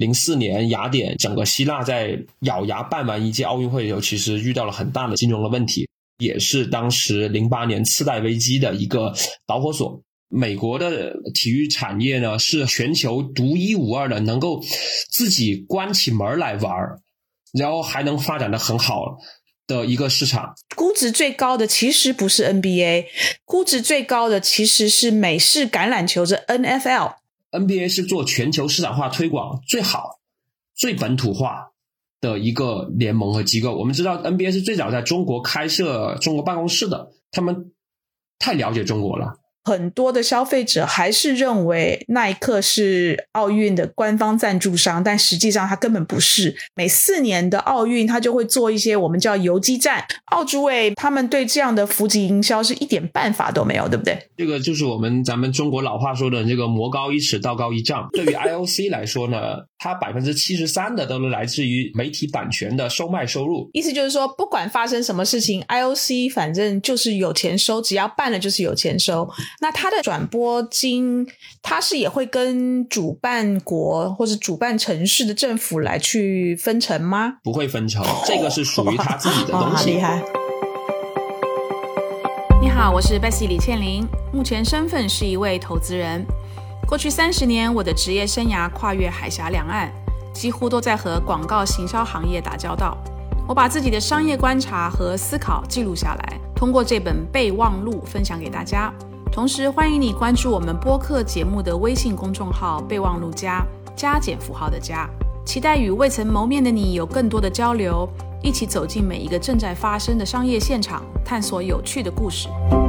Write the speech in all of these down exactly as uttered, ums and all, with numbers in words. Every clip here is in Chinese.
零四年雅典整个希腊在咬牙办完一届奥运会的时候，其实遇到了很大的金融的问题，也是当时零八年次贷危机的一个导火索。美国的体育产业呢是全球独一无二的，能够自己关起门来玩，然后还能发展得很好的一个市场。 估值最高的其实不是 N B A， 估值最高的其实是美式橄榄球的 N F L。 N B A 是做全球市场化推广最好最本土化的一个联盟和机构。我们知道 N B A 是最早在中国开设中国办公室的，他们太了解中国了。 很多的消费者还是认为耐克是奥运的官方赞助商，但实际上它根本不是。每四年的奥运它就会做一些我们叫游击战，奥诸位他们对这样的伏击营销是一点办法都没有，对不对？ 这个就是我们咱们中国老话说的这个魔高一尺道高一丈。对于 I O C 来说呢，它 百分之七十三 的都是来自于媒体版权的收卖收入。 意思就是说不管发生什么事情， I O C 反正就是有钱收，只要办了就是有钱收。那它的转播金，它是也会跟主办国或者主办城市的政府来去分成吗？ 不会分成，这个是属于他自己的东西。 好厉害。 你好，我是 Bessy 李倩玲，目前身份是一位投资人。过去三十年，我的职业生涯跨越海峡两岸，几乎都在和广告行销行业打交道。我把自己的商业观察和思考记录下来，通过这本备忘录分享给大家。同时欢迎你关注我们播客节目的微信公众号备忘录加加减符号的加，期待与未曾谋面的你有更多的交流，一起走进每一个正在发生的商业现场，探索有趣的故事。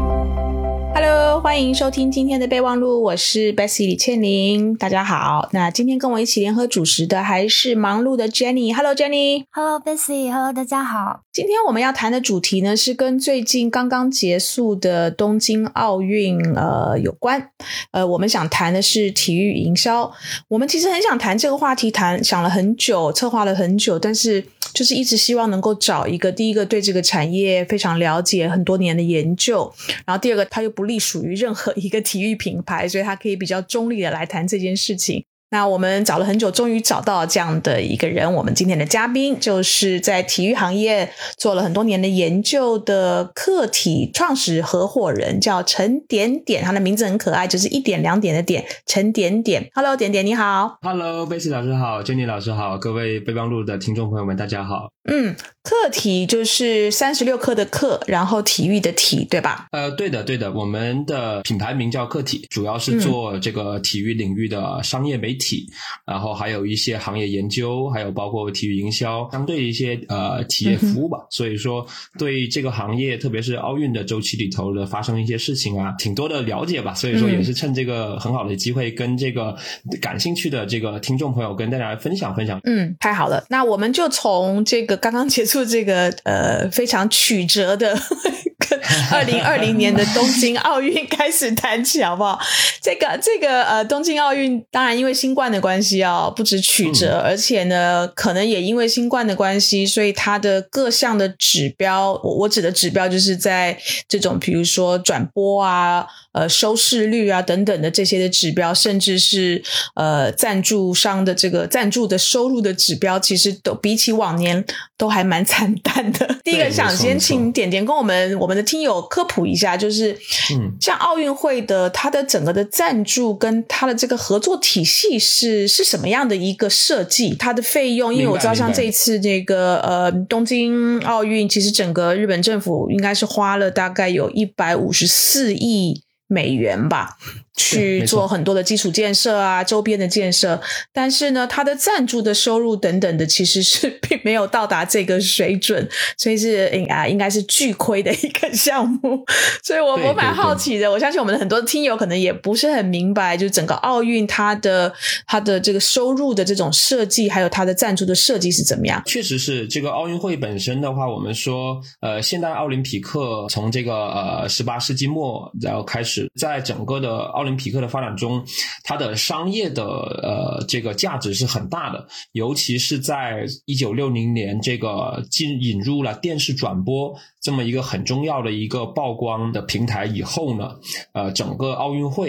Hello， 欢迎收听今天的备忘录，我是 Bessy 李倩玲，大家好。那今天跟我一起联合主持的还是忙碌的 Jenny。Hello Jenny。Hello Bessy，Hello 大家好。 今天我们要谈的主题呢是跟最近刚刚结束的东京奥运呃有关。呃，我们想谈的是体育营销。我们其实很想谈这个话题，谈想了很久，策划了很久，但是就是一直希望能够找一个，第一个对这个产业非常了解，很多年的研究，然后第二个他又不隶属于任何一个体育品牌，所以他可以比较中立的来谈这件事情。那我们找了很久，终于找到这样的一个人。我们今天的嘉宾就是在体育行业做了很多年的研究的客体创始合伙人，叫陈点点，他的名字很可爱，就是一点两点的点，陈点点。Hello 点点你好。 Hello Bessy 老师好， Jenny 老师好，各位备忘录的听众朋友们大家好。 嗯，客体就是三十六课的课，然后体育的体，对吧？ 呃，对的对的，我们的品牌名叫客体，主要是做这个体育领域的商业媒体、嗯、然后还有一些行业研究，还有包括体育营销，相对一些呃企业服务吧、嗯、所以说对这个行业特别是奥运的周期里头的发生一些事情啊挺多的了解吧，所以说也是趁这个很好的机会跟这个感兴趣的这个听众朋友跟大家来分享分享。 嗯，太好了，那我们就从这个刚刚结束这个呃非常曲折的二零二零年的东京奥运开始谈起好不好？这个这个呃东京奥运当然因为新冠的关系啊、哦，不止曲折、嗯、而且呢可能也因为新冠的关系，所以它的各项的指标，我我指的指标就是在这种比如说转播啊呃收视率啊等等的这些的指标，甚至是呃赞助商的这个赞助的收入的指标，其实都比起往年都还蛮惨淡的。第一个想先请点点跟我们我们的听友科普一下，就是嗯，像奥运会的它的整个的赞助跟它的这个合作体系是是什么样的一个设计，它的费用，因为我知道像这一次这个呃东京奥运，其实整个日本政府应该是花了大概有一百五十四亿美元吧，去做很多的基础建设啊，周边的建设，但是呢它的赞助的收入等等的其实是并没有到达这个水准，所以是啊应该是巨亏的一个项目。所以我我蛮好奇的，我相信我们的很多听友可能也不是很明白，就整个奥运它的它的这个收入的这种设计，还有它的赞助的设计是怎么样。 确实是这个奥运会本身的话，我们说呃现代奥林匹克从这个呃十八世纪末然后开始，在整个的奥林匹克的发展中，它的商业的呃这个价值是很大的，尤其是在一九六零年这个进引入了电视转播这么一个很重要的一个曝光的平台以后呢，呃整个奥运会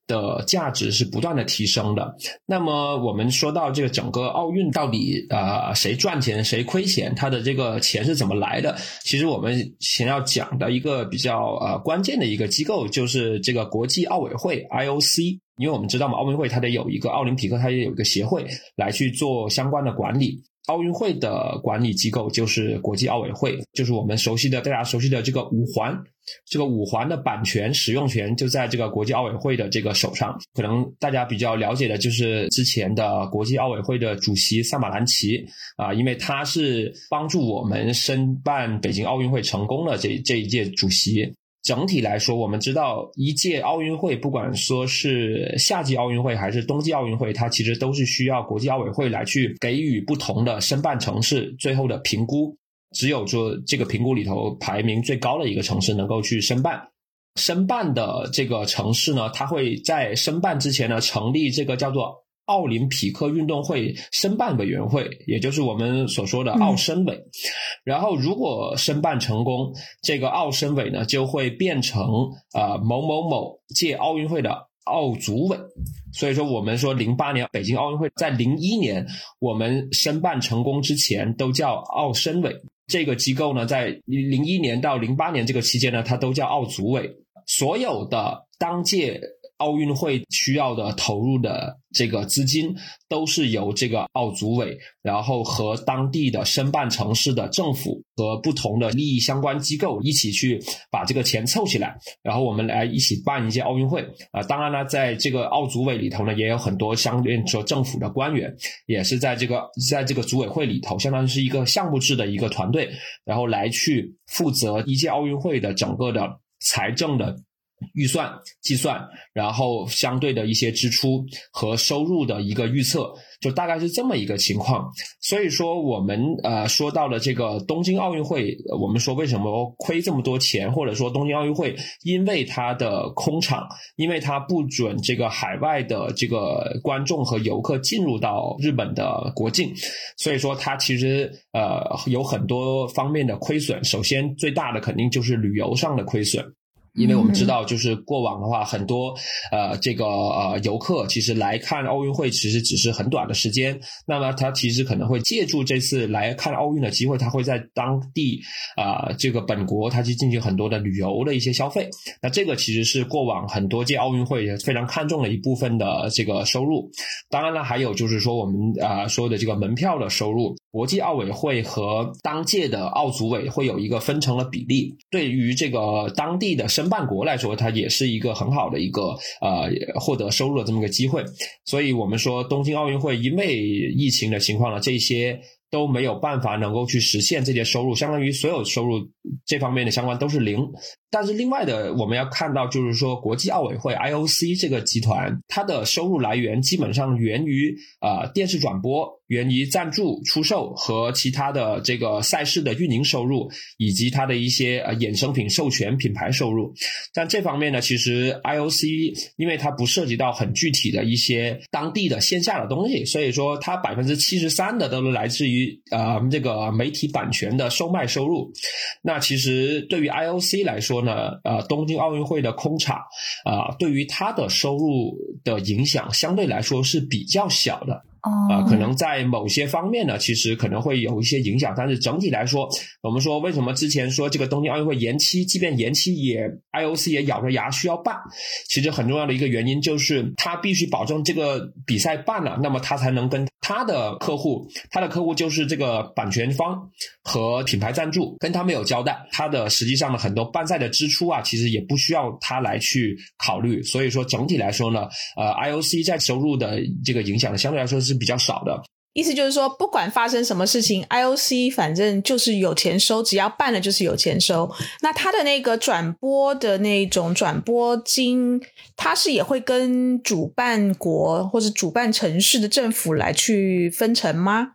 的价值是不断的提升的。那么我们说到这个整个奥运到底呃谁赚钱谁亏钱，它的这个钱是怎么来的，其实我们先要讲的一个比较呃关键的一个机构就是这个国际奥委会 I O C。因为我们知道嘛，奥运会它得有一个奥林匹克，它也有一个协会来去做相关的管理。奥运会的管理机构就是国际奥委会，就是我们熟悉的大家熟悉的这个五环，这个五环的版权使用权就在这个国际奥委会的这个手上。可能大家比较了解的就是之前的国际奥委会的主席萨马兰奇啊，因为他是帮助我们申办北京奥运会成功的这这一届主席。整体来说，我们知道一届奥运会不管说是夏季奥运会还是冬季奥运会，它其实都是需要国际奥委会来去给予不同的申办城市最后的评估，只有说这个评估里头排名最高的一个城市能够去申办。申办的这个城市呢，它会在申办之前呢成立这个叫做奥林匹克运动会申办委员会，也就是我们所说的奥申委、嗯、然后如果申办成功，这个奥申委呢就会变成呃某某某届奥运会的奥组委。所以说我们说零八年北京奥运会在零一年我们申办成功之前都叫奥申委，这个机构呢在零一年到零八年这个期间呢它都叫奥组委。所有的当届奥运会需要的投入的这个资金都是由这个奥组委，然后和当地的申办城市的政府和不同的利益相关机构一起去把这个钱凑起来，然后我们来一起办一届奥运会啊、呃。当然呢，在这个奥组委里头呢，也有很多相对说政府的官员，也是在这个在这个组委会里头，相当于是一个项目制的一个团队，然后来去负责一届奥运会的整个的财政的预算计算，然后相对的一些支出和收入的一个预测，就大概是这么一个情况。所以说我们呃说到了这个东京奥运会，我们说为什么亏这么多钱，或者说东京奥运会因为它的空场，因为它不准这个海外的这个观众和游客进入到日本的国境，所以说它其实呃有很多方面的亏损。首先最大的肯定就是旅游上的亏损，因为我们知道就是过往的话很多呃这个呃游客其实来看奥运会其实只是很短的时间，那么他其实可能会借助这次来看奥运的机会，他会在当地啊、呃、这个本国他去进行很多的旅游的一些消费，那这个其实是过往很多届奥运会非常看重的一部分的这个收入。当然了，还有就是说我们啊、呃、说的这个门票的收入，国际奥委会和当届的奥组委会有一个分成的比例，对于这个当地的申办国来说，它也是一个很好的一个呃获得收入的这么一个机会。所以我们说东京奥运会因为疫情的情况呢，这些都没有办法能够去实现这些收入，相当于所有收入这方面的相关都是零。但是另外的我们要看到就是说国际奥委会 I O C 这个集团，它的收入来源基本上源于呃电视转播，源于赞助出售和其他的这个赛事的运营收入，以及它的一些呃衍生品授权品牌收入。但这方面呢，其实 I O C 因为它不涉及到很具体的一些当地的线下的东西，所以说它 百分之七十三 的都是来自于呃这个媒体版权的售卖收入。那其实对于 I O C 来说呢，呃东京奥运会的空场啊、呃，对于它的收入的影响相对来说是比较小的。呃，可能在某些方面呢，其实可能会有一些影响，但是整体来说，我们说为什么之前说这个东京奥运会延期，即便延期也 I O C 也咬着牙需要办，其实很重要的一个原因就是他必须保证这个比赛办了，那么他才能跟他的客户，他的客户就是这个版权方和品牌赞助，跟他们有交代，他的实际上的很多办赛的支出啊，其实也不需要他来去考虑。所以说整体来说呢，呃 I O C 在收入的这个影响呢，相对来说是比较少的。 意思就是说不管发生什么事情 I O C 反正就是有钱收，只要办了就是有钱收。那他的那个转播的那种转播金，他是也会跟主办国或者主办城市的政府来去分成吗？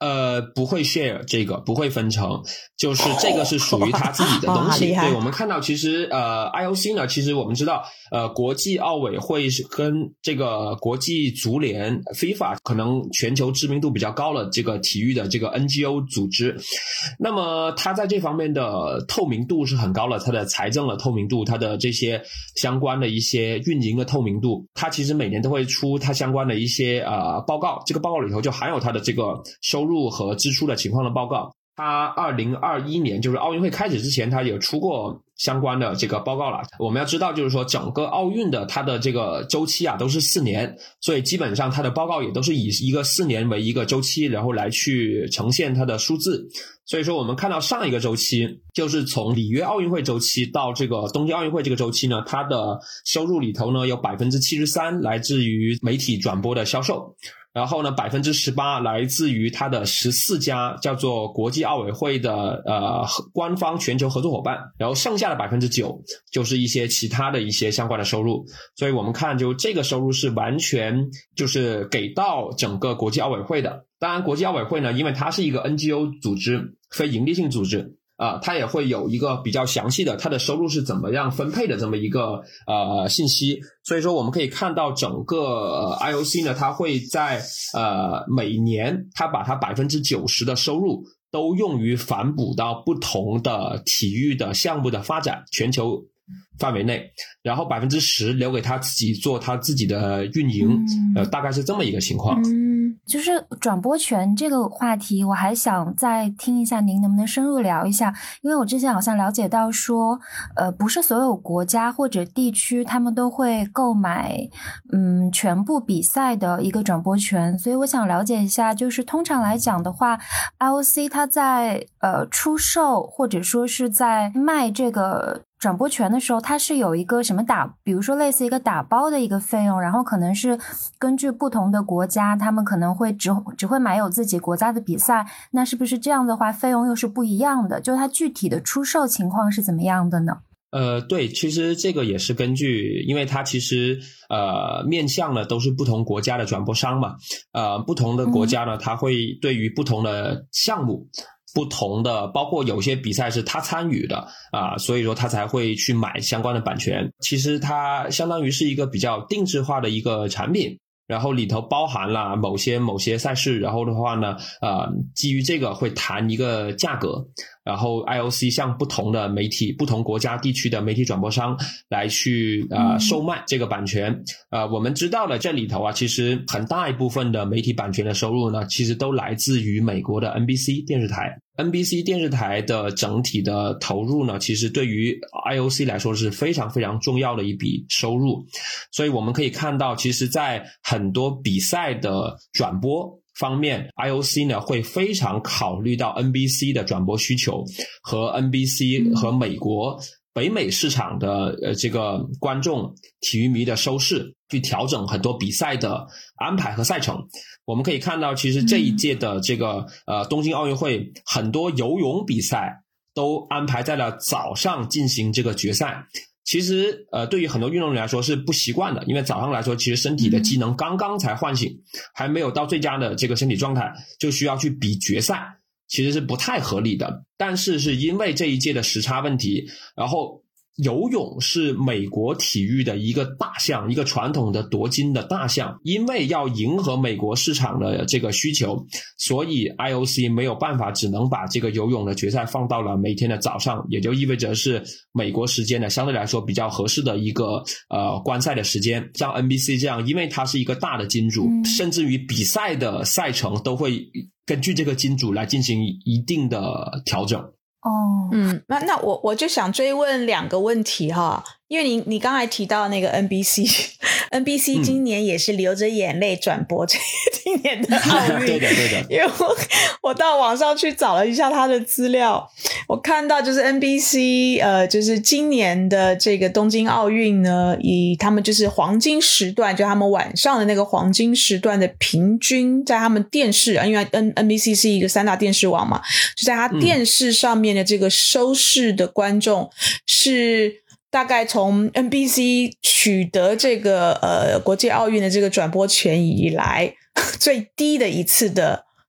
呃，不会 share 这个，不会分成，就是这个是属于他自己的东西。对，我们看到其实呃 I O C 呢，其实我们知道呃国际奥委会是跟这个国际足联 FIFA 可能全球知名度比较高的这个体育的这个 N G O 组织，那么它在这方面的透明度是很高的，它的财政的透明度，它的这些相关的一些运营的透明度，它其实每年都会出它相关的一些呃报告，这个报告里头就含有它的这个收入和支出的情况的报告。它二零二一年就是奥运会开始之前，它有出过相关的这个报告了。我们要知道就是说整个奥运的它的这个周期啊都是四年，所以基本上它的报告也都是以一个四年为一个周期，然后来去呈现它的数字。所以说我们看到上一个周期就是从里约奥运会周期到这个东京奥运会这个周期呢，它的收入里头呢有 百分之七十三 来自于媒体转播的销售，然后呢 百分之十八 来自于它的十四家叫做国际奥委会的呃官方全球合作伙伴，然后剩下的 百分之九 就是一些其他的一些相关的收入。所以我们看就这个收入是完全就是给到整个国际奥委会的。当然国际奥委会呢，因为它是一个 N G O 组织，非盈利性组织啊、呃，它也会有一个比较详细的它的收入是怎么样分配的这么一个呃信息。所以说我们可以看到整个、呃、I O C 呢，它会在呃每年它把它 百分之九十 的收入都用于反哺到不同的体育的项目的发展，全球范围内，然后 百分之十 留给他自己做他自己的运营、嗯、呃，大概是这么一个情况。 嗯，就是转播权这个话题我还想再听一下您能不能深入聊一下，因为我之前好像了解到说呃，不是所有国家或者地区他们都会购买嗯全部比赛的一个转播权，所以我想了解一下，就是通常来讲的话 I O C 它在呃出售或者说是在卖这个转播权的时候，它是有一个什么打，比如说类似一个打包的一个费用，然后可能是根据不同的国家，他们可能会只只会买有自己国家的比赛，那是不是这样的话费用又是不一样的？就它具体的出售情况是怎么样的呢？ 呃，对，其实这个也是根据，因为它其实呃面向的都是不同国家的转播商嘛，呃，不同的国家呢，它会对于不同的项目。不同的，包括有些比赛是他参与的啊，所以说他才会去买相关的版权。其实它相当于是一个比较定制化的一个产品，然后里头包含了某些某些赛事，然后的话呢，呃，基于这个会谈一个价格，然后 I O C 向不同的媒体、不同国家地区的媒体转播商来去呃售卖这个版权。呃，我们知道了这里头啊，其实很大一部分的媒体版权的收入呢，其实都来自于美国的 N B C 电视台。N B C 电视台的整体的投入呢，其实对于 I O C 来说是非常非常重要的一笔收入。所以我们可以看到，其实在很多比赛的转播方面 I O C 呢会非常考虑到 N B C 的转播需求和 N B C 和美国北美市场的呃这个观众体育迷的收视，去调整很多比赛的安排和赛程。我们可以看到，其实这一届的这个呃东京奥运会，很多游泳比赛都安排在了早上进行这个决赛。其实呃对于很多运动员来说是不习惯的，因为早上来说其实身体的机能刚刚才唤醒，还没有到最佳的这个身体状态，就需要去比决赛，其实是不太合理的。但是是因为这一届的时差问题，然后游泳是美国体育的一个大项，一个传统的夺金的大项，因为要迎合美国市场的这个需求，所以 I O C 没有办法，只能把这个游泳的决赛放到了每天的早上，也就意味着是美国时间的相对来说比较合适的一个呃观赛的时间。像 N B C 这样，因为它是一个大的金主、嗯、甚至于比赛的赛程都会根据这个金主来进行一定的调整。 哦，嗯，那那我我就想追问两个问题哈，因为你你刚才提到那个 N B C，N B C 今年也是流着眼泪转播这今年的奥运， 对的对的， 因为我我到网上去找了一下他的资料，我看到就是 N B C 呃，就是今年的这个东京奥运呢，以他们就是黄金时段，就他们晚上的那个黄金时段的平均，在他们电视，因为 N N B C 是一个三大电视网嘛，就在他电视上面的这个收视的观众是大概从 N B C 取得这个呃国际奥运的这个转播权以来最低的一次的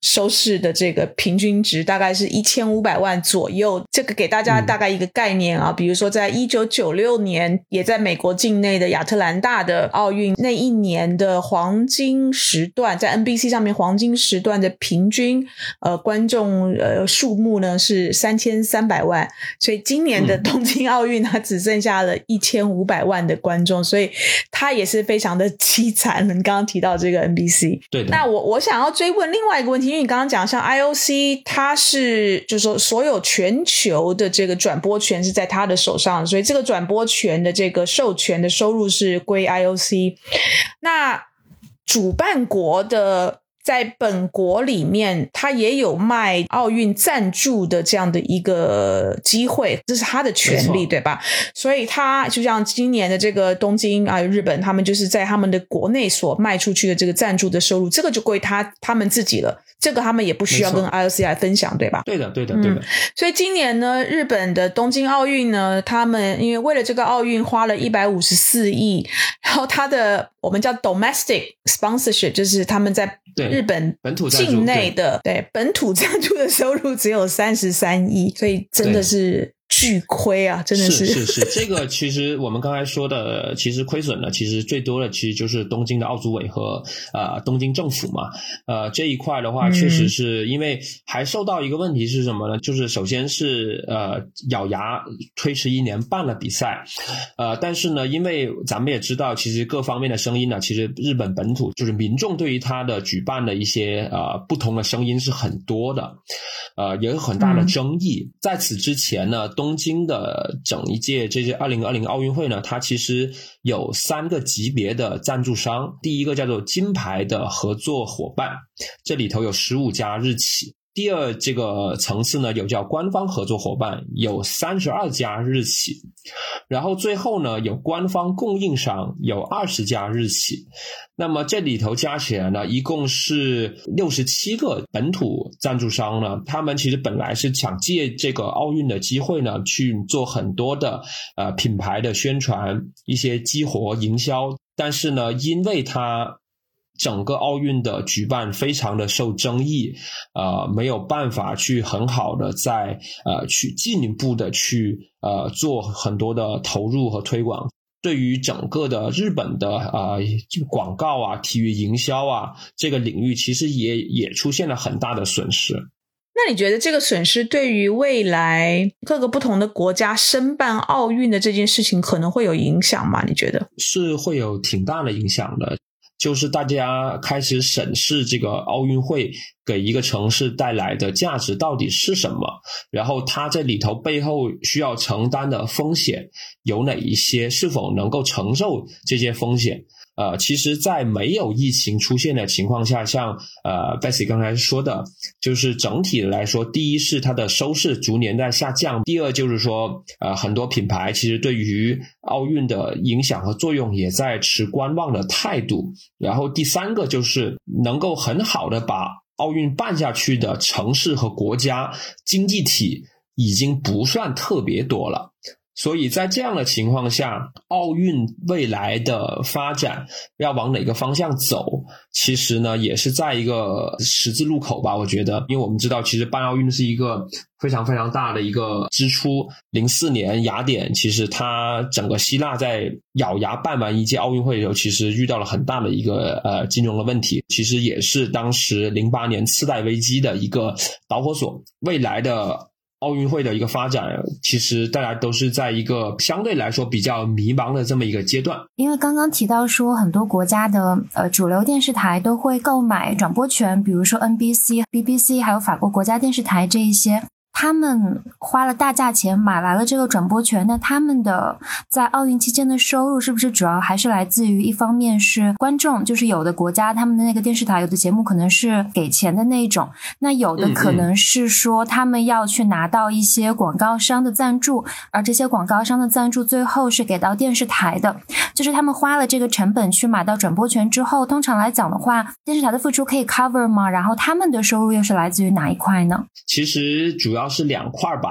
收视的这个平均值大概是一千五百万左右。这个给大家大概一个概念啊，嗯、比如说在一九九六年也在美国境内的亚特兰大的奥运那一年的黄金时段，在 N B C 上面黄金时段的平均呃观众呃数目呢是三千三百万，所以今年的东京奥运它只剩下了一千五百万的观众，所以它也是非常的凄惨。你刚刚提到这个 N B C， 对的。 那我我想要追问另外一个问题，因为你刚刚讲像 I O C 它是就是说所有全球的这个转播权是在它的手上，所以这个转播权的这个授权的收入是归 I O C。 那主办国的在本国里面他也有卖奥运赞助的这样的一个机会，这是他的权利对吧？所以他就像今年的这个东京啊，日本他们就是在他们的国内所卖出去的这个赞助的收入，这个就归他他们自己了，这个他们也不需要跟 I O C 来分享对吧？ 对的对的对的、嗯、 所以今年呢日本的东京奥运呢，他们因为为了这个奥运花了一百五十四亿，然后他的我们叫 domestic sponsorship， 就是他们在日本境内的 对, 对本土赞助的收入只有三十三亿，所以真的是巨亏啊，真的是是是是这个其实我们刚才说的其实亏损呢，其实最多的其实就是东京的奥组委和呃东京政府嘛。呃这一块的话确实是因为还受到一个问题是什么呢，就是首先是呃咬牙推迟一年办了比赛，呃但是呢因为咱们也知道其实各方面的声音呢，其实日本本土就是民众对于它的举办的一些呃不同的声音是很多的，呃也有很大的争议、嗯、在此之前呢东京的整一届这届二零二零奥运会呢，它其实有三个级别的赞助商，第一个叫做金牌的合作伙伴，这里头有十五家日企。第二这个层次呢有叫官方合作伙伴，有三十二家日企。然后最后呢有官方供应商，有二十家日企。那么这里头加起来呢一共是六十七个本土赞助商呢，他们其实本来是想借这个奥运的机会呢去做很多的呃品牌的宣传，一些激活营销，但是呢因为它整个奥运的举办非常的受争议，呃，没有办法去很好的在呃去进一步的去呃做很多的投入和推广，对于整个的日本的呃广告啊、体育营销啊这个领域，其实也也出现了很大的损失。 那你觉得这个损失对于未来各个不同的国家申办奥运的这件事情可能会有影响吗？你觉得？是会有挺大的影响的。就是大家开始审视这个奥运会给一个城市带来的价值到底是什么，然后它这里头背后需要承担的风险有哪一些，是否能够承受这些风险。呃，其实在没有疫情出现的情况下，像呃 Betsy 刚才说的，就是整体来说，第一是它的收视逐年在下降，第二就是说呃很多品牌其实对于奥运的影响和作用也在持观望的态度，然后第三个就是能够很好的把奥运办下去的城市和国家经济体已经不算特别多了。所以在这样的情况下，奥运未来的发展要往哪个方向走，其实呢也是在一个十字路口吧，我觉得。因为我们知道其实办奥运是一个非常非常大的一个支出，零四年雅典其实它整个希腊在咬牙办完一届奥运会的时候，其实遇到了很大的一个呃金融的问题，其实也是当时零八年次贷危机的一个导火索。未来的奥运会的一个发展，其实大家都是在一个相对来说比较迷茫的这么一个阶段。 因为刚刚提到说很多国家的呃主流电视台都会购买转播权，比如说 N B C、B B C 还有法国国家电视台这一些，他们花了大价钱买来了这个转播权，那他们的在奥运期间的收入是不是主要还是来自于一方面是观众，就是有的国家他们的那个电视台有的节目可能是给钱的那一种，那有的可能是说他们要去拿到一些广告商的赞助，而这些广告商的赞助最后是给到电视台的，就是他们花了这个成本去买到转播权之后，通常来讲的话电视台的付出可以 cover 吗？然后他们的收入又是来自于哪一块呢？ 其实主要是两块吧。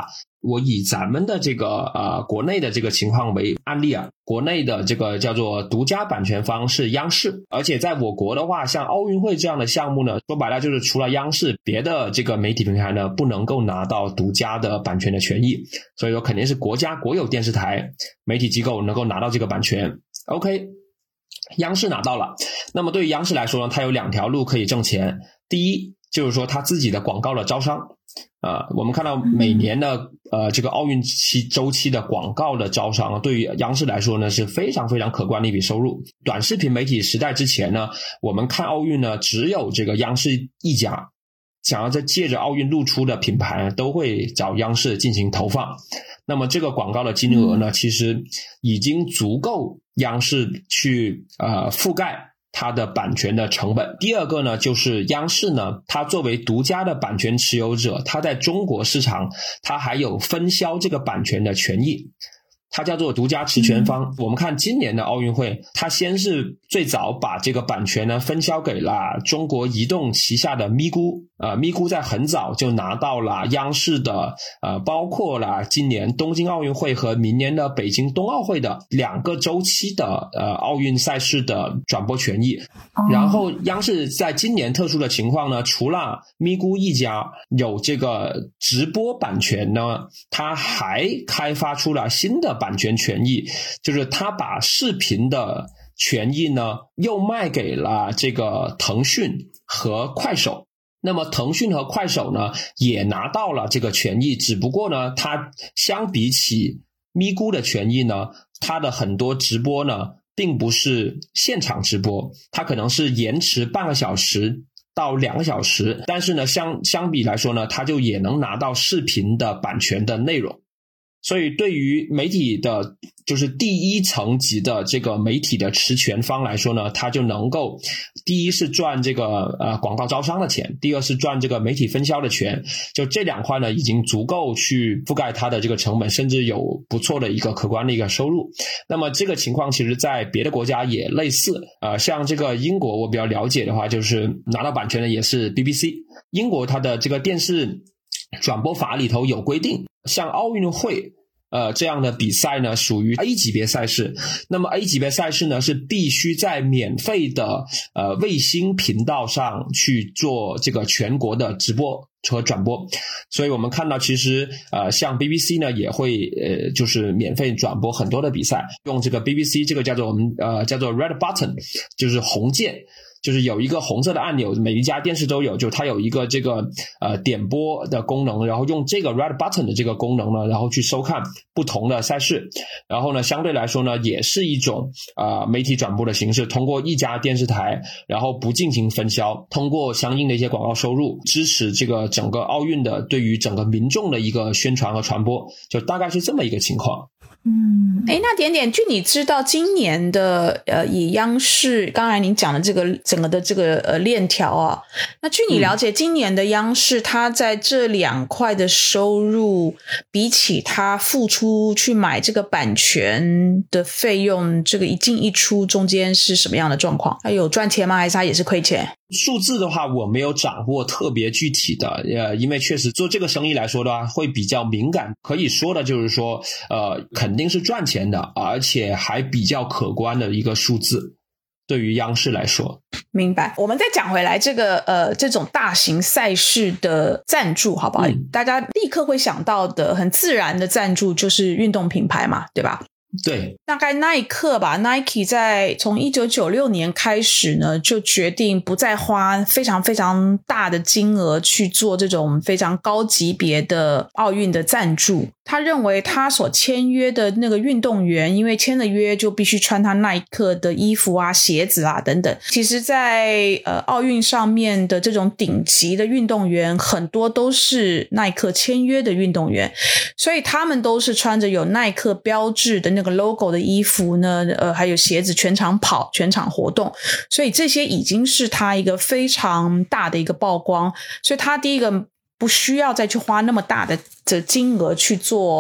我以咱们的这个呃国内的这个情况为案例啊，国内的这个叫做独家版权方是央视，而且在我国的话，像奥运会这样的项目呢，说白了就是除了央视，别的这个媒体平台呢不能够拿到独家的版权的权益，所以说肯定是国家国有电视台媒体机构能够拿到这个版权。 OK， 央视拿到了，那么对于央视来说呢，它有两条路可以挣钱。第一就是说它自己的广告的招商，呃，我们看到每年的呃这个奥运期周期的广告的招商，对于央视来说呢是非常非常可观的一笔收入。短视频媒体时代之前呢，我们看奥运呢只有这个央视一家，想要在借着奥运露出的品牌都会找央视进行投放。那么这个广告的金额呢，其实已经足够央视去呃覆盖它的版权的成本。第二个呢，就是央视呢，它作为独家的版权持有者，它在中国市场它还有分销这个版权的权益，它叫做独家持权方。嗯、我们看今年的奥运会，它先是最早把这个版权呢分销给了中国移动旗下的咪咕，呃，咪咕在很早就拿到了央视的呃，包括了今年东京奥运会和明年的北京冬奥会的两个周期的呃奥运赛事的转播权益。然后央视在今年特殊的情况呢，除了咪咕一家有这个直播版权呢，它还开发出了新的版权权益，就是它把视频的权益呢又卖给了这个腾讯和快手。那么腾讯和快手呢也拿到了这个权益，只不过呢它相比起咪咕的权益呢，它的很多直播呢并不是现场直播，它可能是延迟半个小时到两个小时，但是呢相相比来说呢，它就也能拿到视频的版权的内容。所以对于媒体的就是第一层级的这个媒体的持权方来说呢，他就能够第一是赚这个呃广告招商的钱，第二是赚这个媒体分销的钱，就这两块呢已经足够去覆盖它的这个成本，甚至有不错的一个可观的一个收入。那么这个情况其实在别的国家也类似，呃像这个英国我比较了解的话，就是拿到版权的也是 B B C。 英国它的这个电视转播法里头有规定，像奥运会呃，这样的比赛呢属于 A 级别赛事，那么 A 级别赛事呢是必须在免费的呃卫星频道上去做这个全国的直播和转播。所以我们看到其实呃像 B B C 呢也会呃就是免费转播很多的比赛，用这个 B B C 这个叫做我们呃叫做 Red Button， 就是红键，就是有一个红色的按钮，每一家电视都有，就它有一个这个呃点播的功能，然后用这个 Red Button 的这个功能呢，然后去收看不同的赛事。然后呢相对来说呢也是一种呃媒体转播的形式，通过一家电视台然后不进行分销，通过相应的一些广告收入支持这个整个奥运的对于整个民众的一个宣传和传播，就大概是这么一个情况。 嗯，诶，那点点，据你知道今年的呃，以央视刚才您讲的这个整个的这个呃链条啊，那据你了解，嗯、今年的央视它在这两块的收入，比起它付出去买这个版权的费用，这个一进一出中间是什么样的状况？它有赚钱吗？还是它也是亏钱？ 数字的话我没有掌握特别具体的，呃，因为确实做这个生意来说的话会比较敏感。可以说的就是说呃，肯定是赚钱的，而且还比较可观的一个数字对于央视来说。 明白。我们再讲回来这个呃这种大型赛事的赞助好不好、嗯、大家立刻会想到的很自然的赞助就是运动品牌嘛，对吧？ 对， 大概耐克吧 Nike 在从一九九六年开始呢就决定不再花非常非常大的金额去做这种非常高级别的奥运的赞助。他认为他所签约的那个运动员因为签了约就必须穿他耐克的衣服啊鞋子啊等等，其实在呃奥运上面的这种顶级的运动员很多都是耐克签约的运动员，所以他们都是穿着有耐克标志的那个 logo 的衣服呢，呃，还有鞋子全场跑全场活动，所以这些已经是他一个非常大的一个曝光，所以他第一个不需要再去花那么大的的金额去做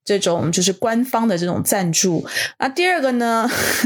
这种就是官方的这种赞助。那第二个呢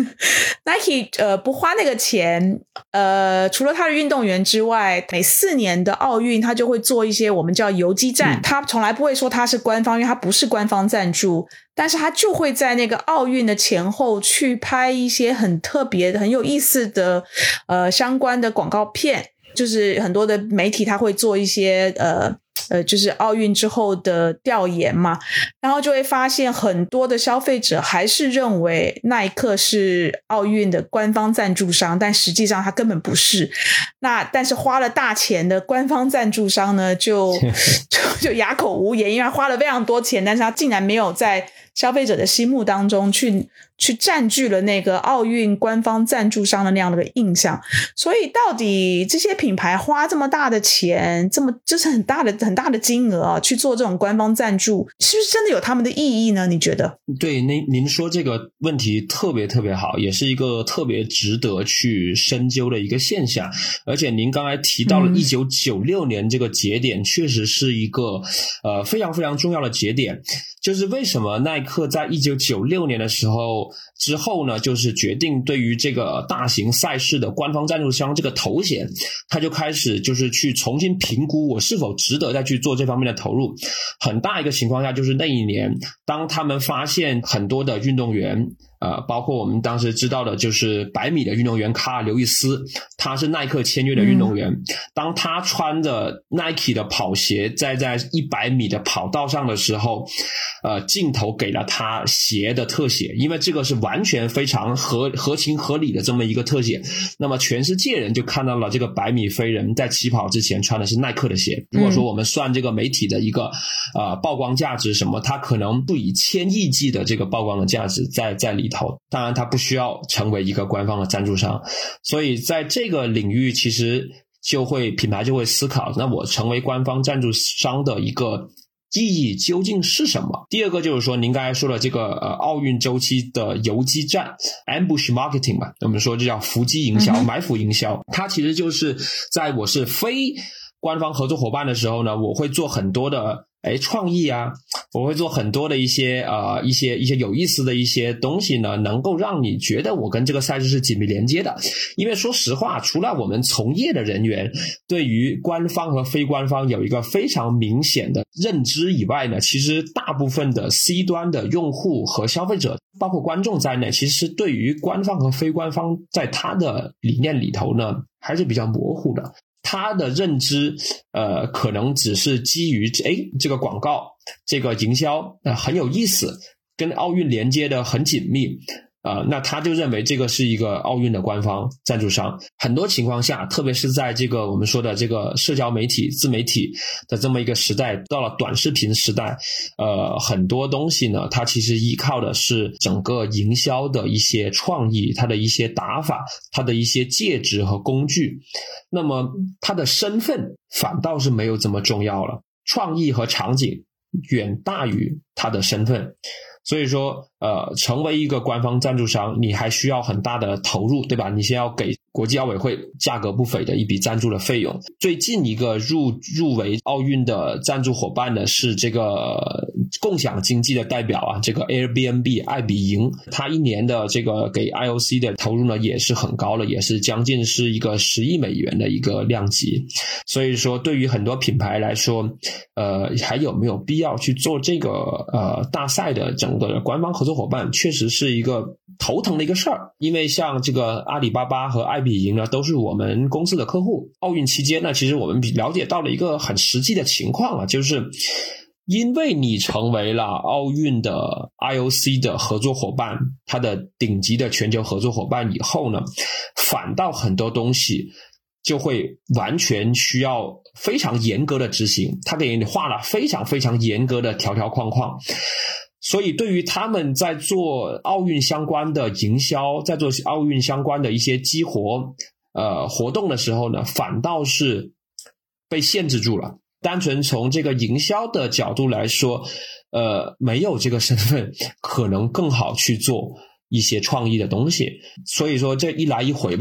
Nike 呃不花那个钱，呃除了他的运动员之外，每四年的奥运他就会做一些我们叫游击战，他从来不会说他是官方，因为他不是官方赞助，但是他就会在那个奥运的前后去拍一些很特别的很有意思的呃相关的广告片，就是很多的媒体他会做一些呃呃，就是奥运之后的调研嘛，然后就会发现很多的消费者还是认为耐克是奥运的官方赞助商，但实际上他根本不是。那但是花了大钱的官方赞助商呢，就就就哑口无言，因为他花了非常多钱，但是他竟然没有在消费者的心目当中去去占据了那个奥运官方赞助商的那样的一个印象。所以到底这些品牌花这么大的钱，这么就是很大的很大的金额啊，去做这种官方赞助，是不是真的有他们的意义呢？你觉得？ 对，您您说这个问题特别特别好，也是一个特别值得去深究的一个现象。而且您刚才提到了一九九六年这个节点，嗯、确实是一个呃非常非常重要的节点。就是为什么耐克在一九九六年的时候之后呢，就是决定对于这个大型赛事的官方赞助商这个头衔，他就开始就是去重新评估我是否值得再去做这方面的投入。很大一个情况下就是那一年，当他们发现很多的运动员呃，包括我们当时知道的就是百米的运动员卡尔刘易斯，他是耐克签约的运动员、嗯、当他穿着 Nike 的跑鞋在在一百米的跑道上的时候，呃，镜头给了他鞋的特写，因为这个是完全非常合合情合理的这么一个特写，那么全世界人就看到了这个百米飞人在起跑之前穿的是耐克的鞋。如果说我们算这个媒体的一个呃曝光价值什么，它可能不以千亿计的这个曝光的价值在在里头，当然它不需要成为一个官方的赞助商。所以在这个领域其实就会品牌就会思考，那我成为官方赞助商的一个意义究竟是什么？第二个就是说您刚才说的这个呃奥运周期的游击战 ambush marketing 嘛，我们说这叫伏击营销、埋伏营销，它其实就是在我是非官方合作伙伴的时候呢，我会做很多的诶创意啊，我会做很多的一些呃一些一些有意思的一些东西呢，能够让你觉得我跟这个赛事是紧密连接的。因为说实话，除了我们从业的人员对于官方和非官方有一个非常明显的认知以外呢，其实大部分的 C 端的用户和消费者包括观众在内，其实对于官方和非官方在他的理念里头呢还是比较模糊的。他的认知呃，可能只是基于诶这个广告这个营销呃很有意思，跟奥运连接的很紧密呃，那他就认为这个是一个奥运的官方赞助商。很多情况下，特别是在这个我们说的这个社交媒体自媒体的这么一个时代，到了短视频时代，呃，很多东西呢它其实依靠的是整个营销的一些创意，它的一些打法，它的一些介质和工具，那么它的身份反倒是没有这么重要了，创意和场景远大于它的身份。所以说呃，成为一个官方赞助商你还需要很大的投入，对吧？你先要给国际奥委会价格不菲的一笔赞助的费用。最近一个入入围奥运的赞助伙伴呢是这个共享经济的代表啊，这个 Airbnb 爱彼迎，他一年的这个给 I O C 的投入呢也是很高了，也是将近是一个十亿美元的一个量级。所以说对于很多品牌来说呃，还有没有必要去做这个呃大赛的整个官方合作伙伴，确实是一个头疼的一个事儿。因为像这个阿里巴巴和爱彼迎呢都是我们公司的客户，奥运期间呢其实我们了解到了一个很实际的情况啊，就是因为你成为了奥运的 I O C 的合作伙伴，它的顶级的全球合作伙伴以后呢，反倒很多东西就会完全需要非常严格的执行，他给你画了非常非常严格的条条框框。所以对于他们在做奥运相关的营销，在做奥运相关的一些激活呃活动的时候呢，反倒是被限制住了。单纯从这个营销的角度来说，呃，没有这个身份可能更好去做一些创意的东西。所以说这一来一回吧，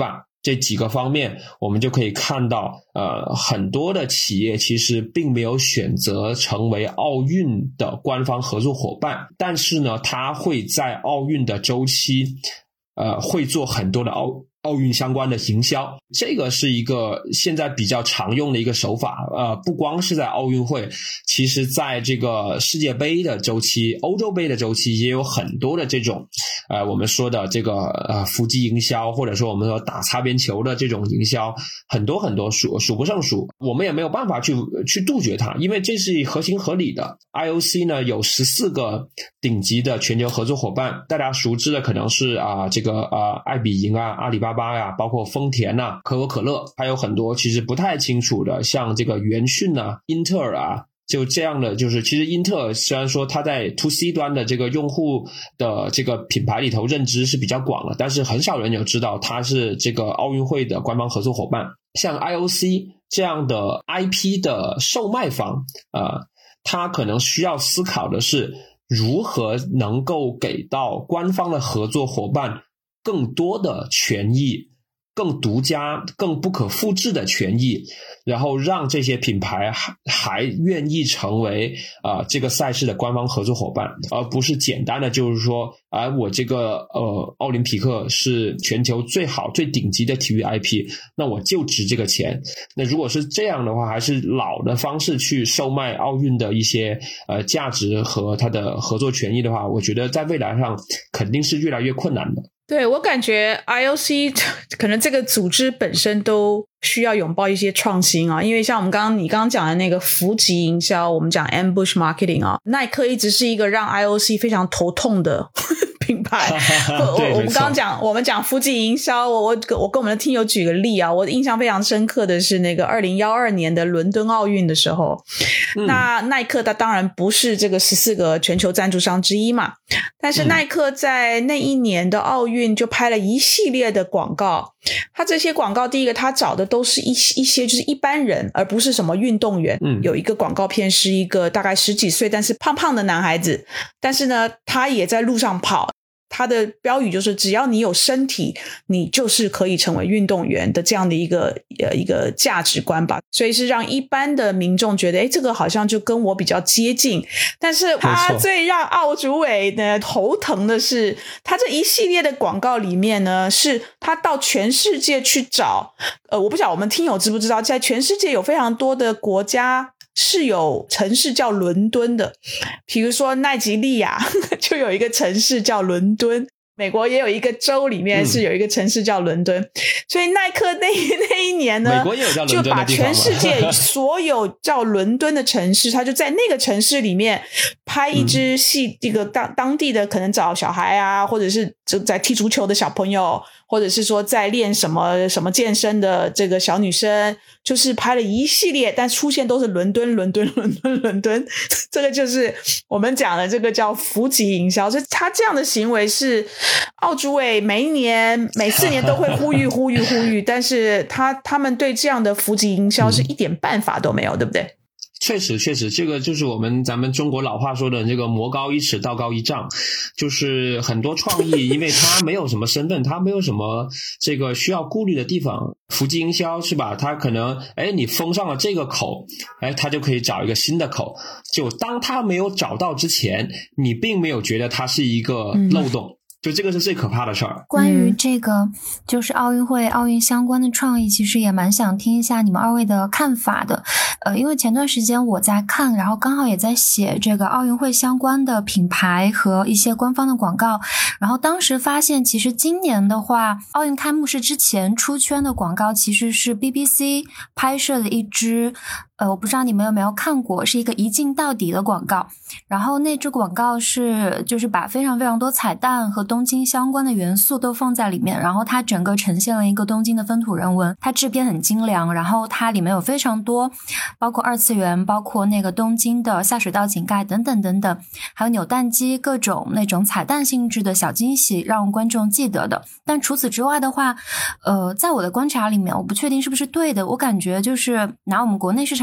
这几个方面，我们就可以看到呃，很多的企业其实并没有选择成为奥运的官方合作伙伴，但是呢，它会在奥运的周期呃，会做很多的奥奥运相关的营销，这个是一个现在比较常用的一个手法。呃，不光是在奥运会，其实在这个世界杯的周期、欧洲杯的周期也有很多的这种呃我们说的这个呃伏击营销，或者说我们说打擦边球的这种营销，很多很多数数不胜数，我们也没有办法去去杜绝它，因为这是合情合理的。 I O C 呢有十四个顶级的全球合作伙伴，大家熟知的可能是啊、呃、这个呃爱彼迎啊、阿里巴巴呀、包括丰田啊、可口可乐，还有很多其实不太清楚的，像这个元讯啊、英特尔啊，就这样的。就是其实英特尔虽然说它在 to C 端的这个用户的这个品牌里头认知是比较广了，但是很少人有知道它是这个奥运会的官方合作伙伴。像 I O C 这样的 I P 的售卖方呃，它可能需要思考的是如何能够给到官方的合作伙伴更多的权益，更独家、更不可复制的权益，然后让这些品牌还还愿意成为啊、呃、这个赛事的官方合作伙伴，而不是简单的就是说啊、呃、我这个呃奥林匹克是全球最好最顶级的体育 I P， 那我就值这个钱。那如果是这样的话，还是老的方式去售卖奥运的一些呃价值和它的合作权益的话，我觉得在未来上肯定是越来越困难的。 对，我感觉 I O C 可能这个组织本身都需要拥抱一些创新啊，因为像我们刚刚你刚刚讲的那个伏击营销，我们讲 ambush marketing 啊，耐克一直是一个让 I O C 非常头痛的品牌。我我们刚刚讲我们讲伏击营销，我我我跟我们的听友举个例啊，我印象非常深刻的是那个二零一二年的伦敦奥运的时候，嗯、那耐克它当然不是这个十四个全球赞助商之一嘛，但是耐克在那一年的奥运就拍了一系列的广告，它这些广告第一个它找的都是一一些就是一般人，而不是什么运动员。嗯，有一个广告片是一个大概十几岁但是胖胖的男孩子，但是呢他也在路上跑，他的标语就是只要你有身体你就是可以成为运动员的这样的一个呃一个价值观吧，所以是让一般的民众觉得诶这个好像就跟我比较接近。但是他最让奥主委呢头疼的是他这一系列的广告里面呢，是他到全世界去找呃，我不晓得我们听友知不知道，在全世界有非常多的国家是有城市叫伦敦的，比如说奈及利亚就有一个城市叫伦敦，美国也有一个州里面是有一个城市叫伦敦、嗯、所以耐克那那一年呢， 美国也有叫伦敦的地方， 就把全世界所有叫伦敦的城市他就在那个城市里面拍一支戏、嗯、这个当当地的可能找小孩啊，或者是在踢足球的小朋友，或者是说在练什么什么健身的这个小女生，就是拍了一系列，但出现都是伦敦伦敦伦敦伦敦，这个就是我们讲的这个叫伏击营销。所以他这样的行为是奥主委每一年每四年都会呼吁呼吁呼吁，但是他他们对这样的伏击营销是一点办法都没有、嗯、对不对？ 确实确实，这个就是我们咱们中国老话说的这个魔高一尺道高一丈，就是很多创意因为他没有什么身份，他没有什么这个需要顾虑的地方，伏击营销是吧，他可能哎你封上了这个口，哎他就可以找一个新的口，就当他没有找到之前，你并没有觉得它是一个漏洞、嗯，就这个是最可怕的事儿。 关于这个就是奥运会奥运相关的创意，其实也蛮想听一下你们二位的看法的。呃，因为前段时间我在看，然后刚好也在写这个奥运会相关的品牌和一些官方的广告，然后当时发现其实今年的话，奥运开幕式之前出圈的广告其实是 B B C 拍摄的一支呃，我不知道你们有没有看过，是一个一镜到底的广告。然后那支广告是就是把非常非常多彩蛋和东京相关的元素都放在里面，然后它整个呈现了一个东京的风土人文，它制片很精良，然后它里面有非常多包括二次元，包括那个东京的下水道井盖等等等等，还有扭蛋机，各种那种彩蛋性质的小惊喜让观众记得的。但除此之外的话呃，在我的观察里面，我不确定是不是对的，我感觉就是拿我们国内市场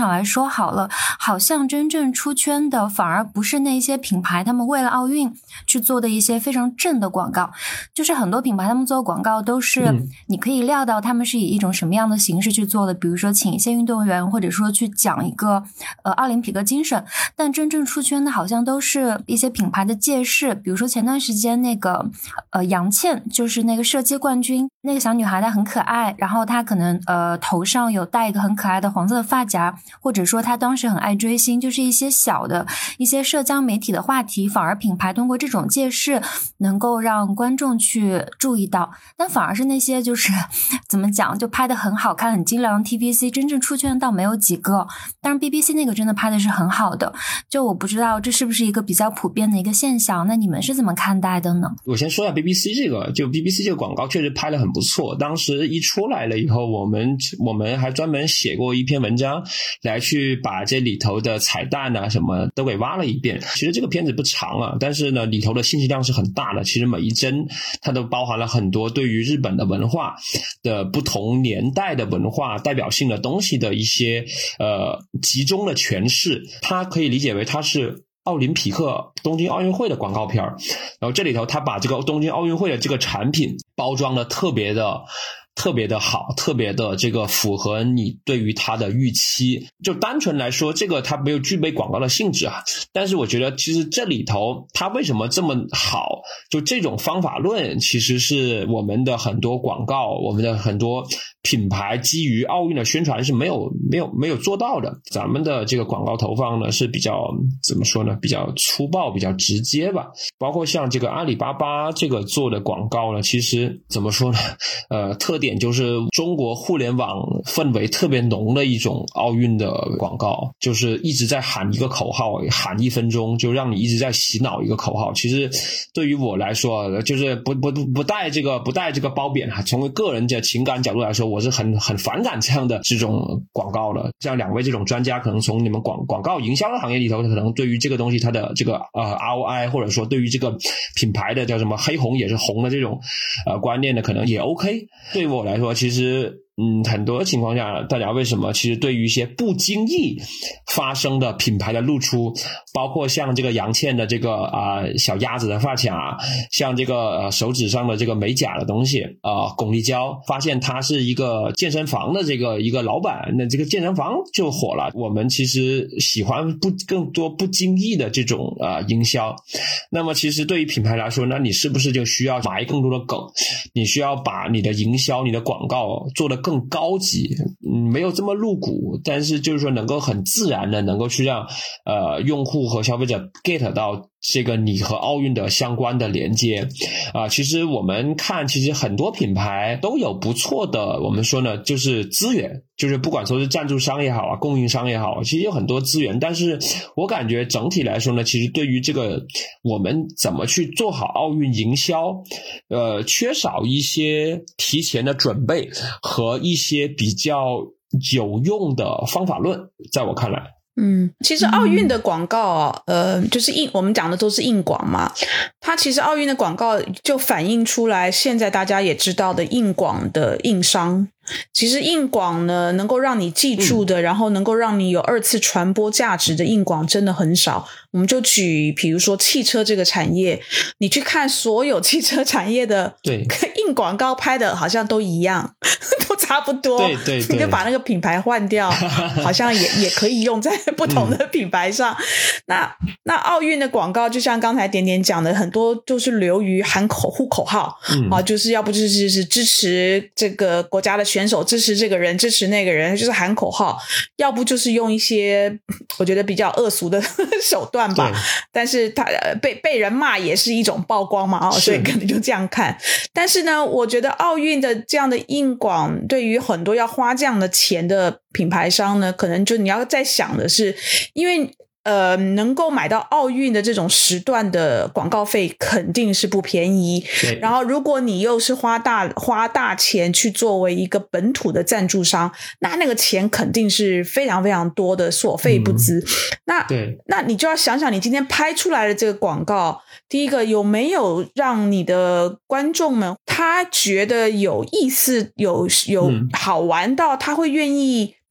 场来说好了，好像真正出圈的反而不是那些品牌他们为了奥运去做的一些非常正的广告，就是很多品牌他们做广告都是你可以料到他们是以一种什么样的形式去做的，比如说请一些运动员，或者说去讲一个呃奥林匹克精神，但真正出圈的好像都是一些品牌的借势，比如说前段时间那个呃杨倩，就是那个射击冠军，那个小女孩她很可爱，然后她可能呃头上有戴一个很可爱的黄色的发夹，或者说她当时很爱追星，就是一些小的一些社交媒体的话题，反而品牌通过这种借势能够让观众去注意到，但反而是那些就是怎么讲就拍得很好看很精良的 T V C 真正出圈倒没有几个，当然 B B C 那个真的拍的是很好的，就我不知道这是不是一个比较普遍的一个现象，那你们是怎么看待的呢？ 我先说一下 B B C 这个，就 B B C 这个广告确实拍得很不错，当时一出来了以后，我们我们还专门写过一篇文章来去把这里头的彩蛋啊什么都给挖了一遍。其实这个片子不长啊，但是呢里头的信息量是很大的，其实每一帧它都包含了很多对于日本的文化的不同年代的文化代表性的东西的一些呃集中的诠释，它可以理解为它是奥林匹克东京奥运会的广告片，然后这里头他把这个东京奥运会的这个产品包装的特别的特别的好，特别的这个符合你对于它的预期。就单纯来说，这个它没有具备广告的性质啊。但是我觉得其实这里头它为什么这么好，就这种方法论其实是我们的很多广告，我们的很多品牌基于奥运的宣传是没有没有没有做到的。咱们的这个广告投放呢是比较怎么说呢，比较粗暴比较直接吧。包括像这个阿里巴巴这个做的广告呢，其实怎么说呢，呃特点就是中国互联网氛围特别浓的一种奥运的广告，就是一直在喊一个口号，喊一分钟就让你一直在洗脑一个口号。其实对于我来说，就是不不不带这个不带这个褒贬啊，从个人的情感角度来说，我是很很反感这样的这种广告的。像两位这种专家，可能从你们广广告营销的行业里头，可能对于这个东西它的这个呃 R O I， 或者说对于这个品牌的叫什么黑红也是红的这种呃观念的，可能也 OK。对于我来说，其实嗯，很多情况下大家为什么其实对于一些不经意发生的品牌的露出，包括像这个杨倩的这个啊、呃、小鸭子的发卡，像这个呃手指上的这个美甲的东西啊、呃，巩立姣发现他是一个健身房的这个一个老板，那这个健身房就火了。我们其实喜欢不更多不经意的这种啊、呃、营销。那么其实对于品牌来说，那你是不是就需要埋更多的梗，你需要把你的营销你的广告做得更高级，嗯，没有这么露骨，但是就是说能够很自然的能够去让呃用户和消费者 get 到这个你和奥运的相关的连接啊、呃，其实我们看，其实很多品牌都有不错的，我们说呢，就是资源，就是不管说是赞助商也好啊，供应商也好，其实有很多资源。但是我感觉整体来说呢，其实对于这个我们怎么去做好奥运营销，呃，缺少一些提前的准备和一些比较有用的方法论，在我看来。 嗯，其实奥运的广告啊，呃，就是硬，我们讲的都是硬广嘛。它其实奥运的广告就反映出来，现在大家也知道的硬广的硬伤。其实硬广呢，能够让你记住的、嗯、然后能够让你有二次传播价值的硬广真的很少。我们就举比如说汽车这个产业，你去看所有汽车产业的对硬广告拍的好像都一样，都差不多。对对对，你就把那个品牌换掉，好像也也可以用在不同的品牌上。嗯、那那奥运的广告就像刚才点点讲的，很多就是流于喊口呼口号、嗯、啊，就是要不就是就是支持这个国家的选手，支持这个人，支持那个人，就是喊口号，要不就是用一些我觉得比较恶俗的手段吧。但是他被被人骂也是一种曝光嘛，哦，所以可能就这样看。但是呢，我觉得奥运的这样的硬广，对于很多要花这样的钱的品牌商呢，可能就你要在想的是，因为呃，能够买到奥运的这种时段的广告费肯定是不便宜。然后，如果你又是花大花大钱去作为一个本土的赞助商，那那个钱肯定是非常非常多的，所费不赀。嗯、那对，那你就要想想，你今天拍出来的这个广告，第一个有没有让你的观众们他觉得有意思，有有好玩到他会愿意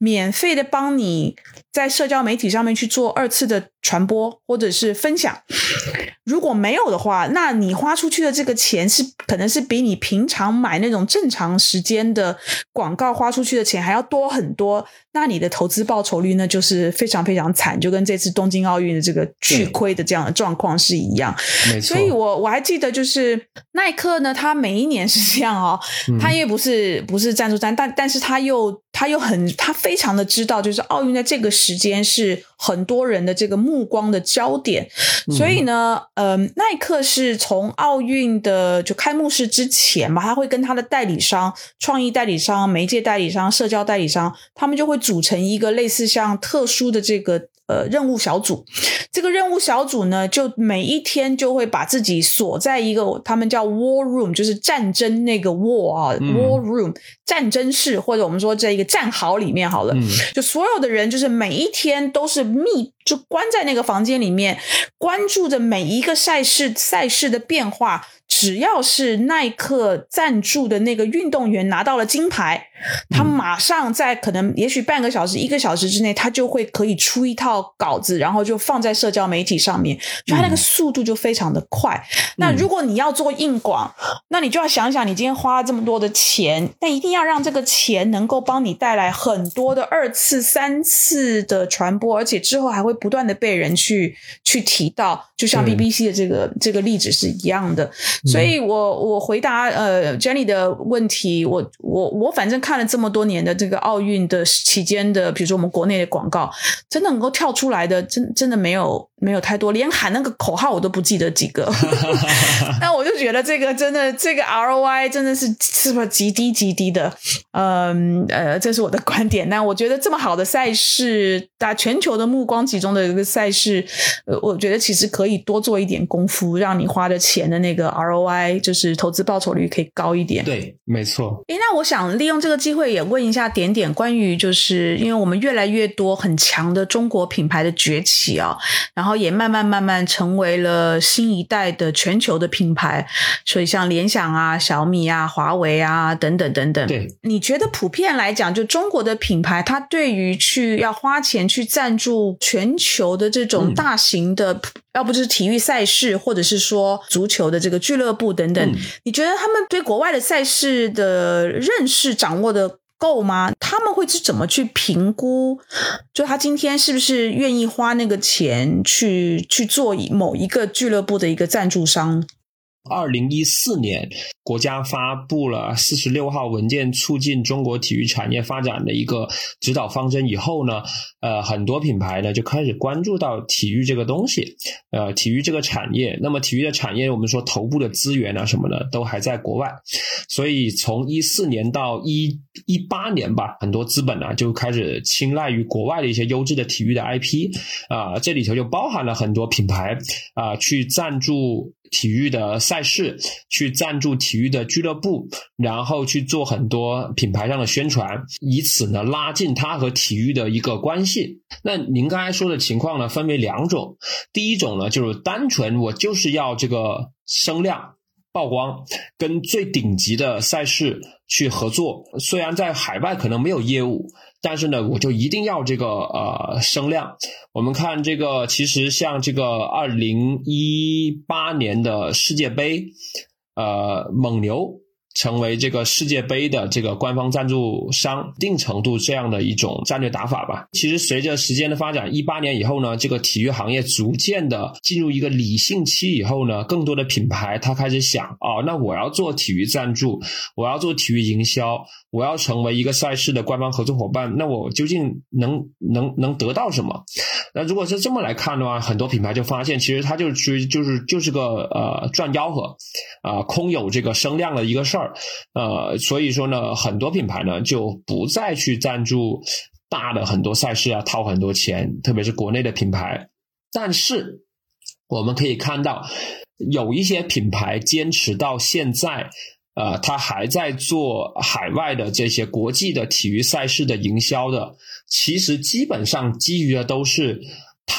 免费的帮你在社交媒体上面去做二次的传播或者是分享。如果没有的话，那你花出去的这个钱是可能是比你平常买那种正常时间的广告花出去的钱还要多很多，那你的投资报酬率呢就是非常非常惨，就跟这次东京奥运的这个巨亏的这样的状况是一样。 没错。 所以我我还记得就是耐克呢，他每一年是这样哦，他因为不是不是赞助商，但但是他又他又很他非常的知道，就是奥运在这个时间是很多人的这个目光的焦点，所以呢，呃，耐克是从奥运的就开幕式之前吧，他会跟他的代理商、创意代理商、媒介代理商、社交代理商，他们就会组成一个类似像特殊的这个呃任务小组。这个任务小组呢，就每一天就会把自己锁在一个他们叫 war room， 就是战争那个 war 啊、嗯、war room 战争室，或者我们说这一个战壕里面好了、嗯、就所有的人就是每一天都是密就关在那个房间里面，关注着每一个赛事赛事的变化。只要是耐克赞助的那个运动员拿到了金牌，他马上在可能也许半个小时一个小时之内，他就会可以出一套稿子，然后就放在社交媒体上面，就他那个速度就非常的快、嗯、那如果你要做硬广，那你就要想想你今天花了这么多的钱，那一定要让这个钱能够帮你带来很多的二次三次的传播，而且之后还会不断的被人去去提到，就像 B B C 的这个、嗯、这个例子是一样的。所以我我回答呃 Jenny 的问题，我我我反正看了这么多年的这个奥运的期间的，比如说我们国内的广告，真的能够跳出来的真真的没有没有太多，连喊那个口号我都不记得几个。那我就觉得这个真的这个 R O I 真的是是不是极低极低的。嗯呃这是我的观点。那我觉得这么好的赛事，把全球的目光集中的一个赛事，呃我觉得其实可以多做一点功夫，让你花的钱的那个 R O I 就是投资报酬率可以高一点。 对，没错。 诶，那我想利用这个机会也问一下点点关于就是因为我们越来越多很强的中国品牌的崛起啊，然后也慢慢慢慢成为了新一代的全球的品牌，所以像联想啊、小米啊、华为啊等等等等。 对， 你觉得普遍来讲，就中国的品牌它对于去要花钱去赞助全球的这种大型的、嗯要不就是体育赛事，或者是说足球的这个俱乐部等等、嗯、你觉得他们对国外的赛事的认识掌握的够吗？他们会是怎么去评估，就他今天是不是愿意花那个钱去去做某一个俱乐部的一个赞助商？ 二零一四年国家发布了四十六号文件，促进中国体育产业发展的一个指导方针以后呢，呃，很多品牌呢就开始关注到体育这个东西，呃，体育这个产业。那么体育的产业，我们说头部的资源啊什么的都还在国外，所以从一四年到一一八年吧，很多资本啊就开始青睐于国外的一些优质的体育的 I P 啊、呃，这里头就包含了很多品牌啊、呃，去赞助体育的赛事，去赞助体育的俱乐部，然后去做很多品牌上的宣传，以此呢拉近它和体育的一个关系。那您刚才说的情况呢分为两种，第一种呢就是单纯我就是要这个声量曝光，跟最顶级的赛事去合作，虽然在海外可能没有业务，但是呢我就一定要这个呃声量。我们看这个其实像这个二零一八年的世界杯，呃蒙牛成为这个世界杯的这个官方赞助商，一定程度这样的一种战略打法吧。其实随着时间的发展，一八年以后呢，这个体育行业逐渐的进入一个理性期以后呢，更多的品牌它开始想哦，那我要做体育赞助，我要做体育营销，我要成为一个赛事的官方合作伙伴，那我究竟能能能得到什么？那如果是这么来看的话，很多品牌就发现其实它就是就是就是个呃赚吆喝啊、呃、空有这个声量的一个事儿。呃，所以说呢，很多品牌呢就不再去赞助大的很多赛事啊，掏很多钱，特别是国内的品牌。但是我们可以看到，有一些品牌坚持到现在，呃，他还在做海外的这些国际的体育赛事的营销的，其实基本上基于的都是他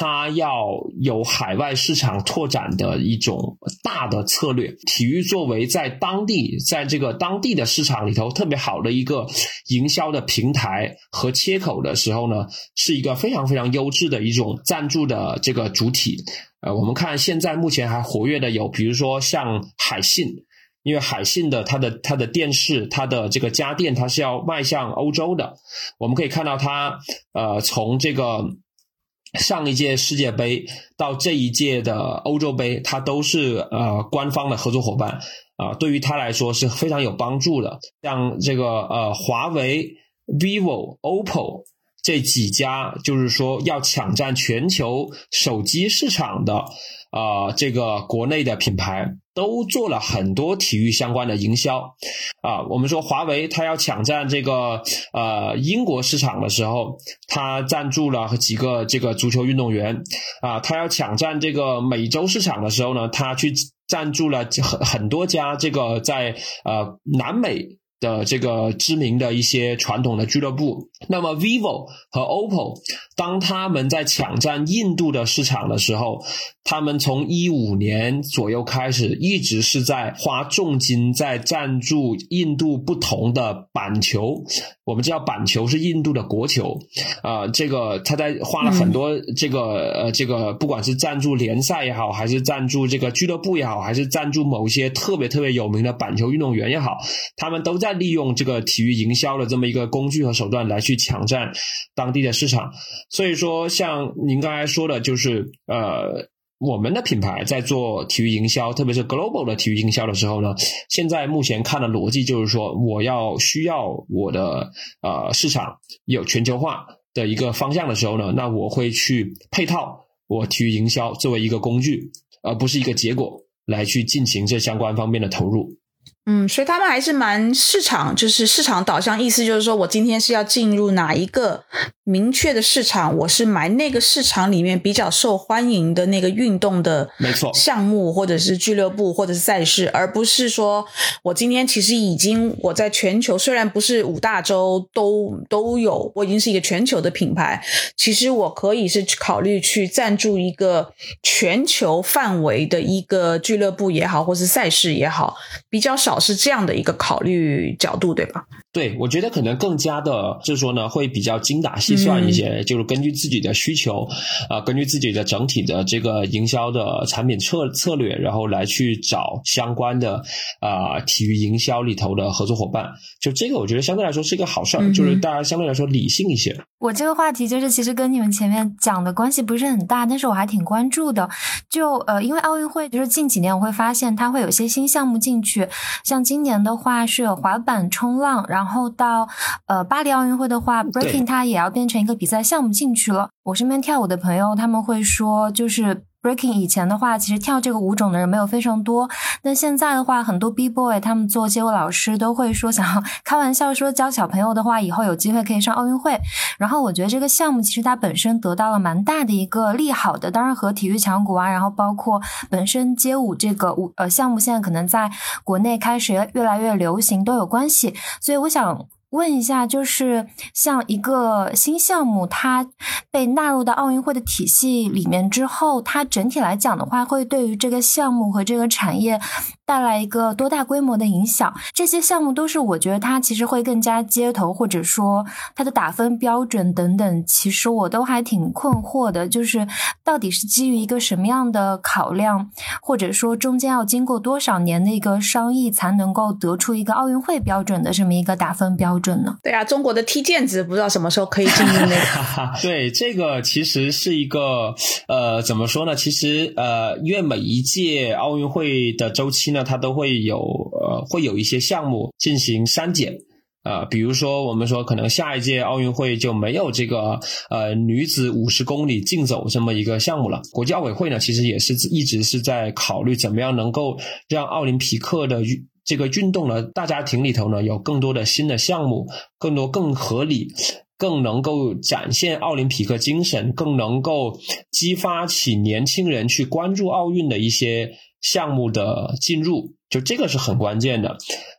它要有海外市场拓展的一种大的策略。体育作为在当地在这个当地的市场里头特别好的一个营销的平台和切口的时候呢，是一个非常非常优质的一种赞助的这个主体。呃，我们看现在目前还活跃的有比如说像海信，因为海信的它的它的电视它的这个家电它是要迈向欧洲的，我们可以看到它呃从这个上一届世界杯到这一届的欧洲杯，它都是呃官方的合作伙伴啊、呃，对于它来说是非常有帮助的。像这个呃华为、vivo、oppo 这几家就是说要抢占全球手机市场的呃这个国内的品牌，都做了很多体育相关的营销啊。我们说华为它要抢占这个呃英国市场的时候，它赞助了几个这个足球运动员啊。它要抢占这个美洲市场的时候呢，它去赞助了很很多家这个在呃南美的这个知名的一些传统的俱乐部。那么 vivo 和 oppo 当他们在抢占印度的市场的时候，他们从一五年左右开始一直是在花重金在赞助印度不同的板球。我们知道板球是印度的国球啊、呃，这个他在花了很多这个、嗯、呃这个不管是赞助联赛也好，还是赞助这个俱乐部也好，还是赞助某些特别特别有名的板球运动员也好，他们都在利用这个体育营销的这么一个工具和手段来去抢占当地的市场。所以说像您刚才说的，就是呃我们的品牌在做体育营销，特别是 global 的体育营销的时候呢，现在目前看的逻辑就是说，我要需要我的呃市场有全球化的一个方向的时候呢，那我会去配套我体育营销作为一个工具，而不是一个结果来去进行这相关方面的投入。 嗯，所以他们还是蛮市场，就是市场导向，意思就是说我今天是要进入哪一个明确的市场，我是买那个市场里面比较受欢迎的那个运动的项目或者是俱乐部或者是赛事，而不是说我今天其实已经我在全球，虽然不是五大洲都都有，我已经是一个全球的品牌，其实我可以是考虑去赞助一个全球范围的一个俱乐部也好或是赛事也好，比较少是这样的一个考虑角度，对吧？ 对，我觉得可能更加的就是说呢，会比较精打细算一些、嗯、就是根据自己的需求啊、呃，根据自己的整体的这个营销的产品策策略，然后来去找相关的啊、呃、体育营销里头的合作伙伴。就这个我觉得相对来说是一个好事儿、嗯、就是大家相对来说理性一些。 我这个话题就是其实跟你们前面讲的关系不是很大，但是我还挺关注的。就呃，因为奥运会就是近几年我会发现它会有一些新项目进去，像今年的话是有滑板、冲浪，然后到呃巴黎奥运会的话 breaking 它也要变成一个比赛项目进去了。我身边跳舞的朋友他们会说，就是breaking 以前的话其实跳这个舞种的人没有非常多，但现在的话很多 B-boy 他们做街舞老师都会说想要开玩笑说教小朋友的话以后有机会可以上奥运会。然后我觉得这个项目其实它本身得到了蛮大的一个利好的，当然和体育强国啊，然后包括本身街舞这个舞呃项目现在可能在国内开始越来越流行都有关系。所以我想问一下，就是像一个新项目它被纳入到奥运会的体系里面之后，它整体来讲的话会对于这个项目和这个产业带来一个多大规模的影响？这些项目都是我觉得它其实会更加街头，或者说它的打分标准等等，其实我都还挺困惑的，就是到底是基于一个什么样的考量，或者说中间要经过多少年的一个商议才能够得出一个奥运会标准的这么一个打分标准呢？ 对啊，中国的踢毽子不知道什么时候可以进入那个对，这个其实是一个呃怎么说呢，其实呃因为每一届奥运会的周期呢，它都会有呃会有一些项目进行删减。呃，比如说我们说可能下一届奥运会就没有这个呃女子五十公里竞走这么一个项目了。国际奥委会呢其实也是一直是在考虑怎么样能够让奥林匹克的这个运动呢大家庭里头呢有更多的新的项目，更多更合理，更能够展现奥林匹克精神，更能够激发起年轻人去关注奥运的一些项目的进入，就这个是很关键的。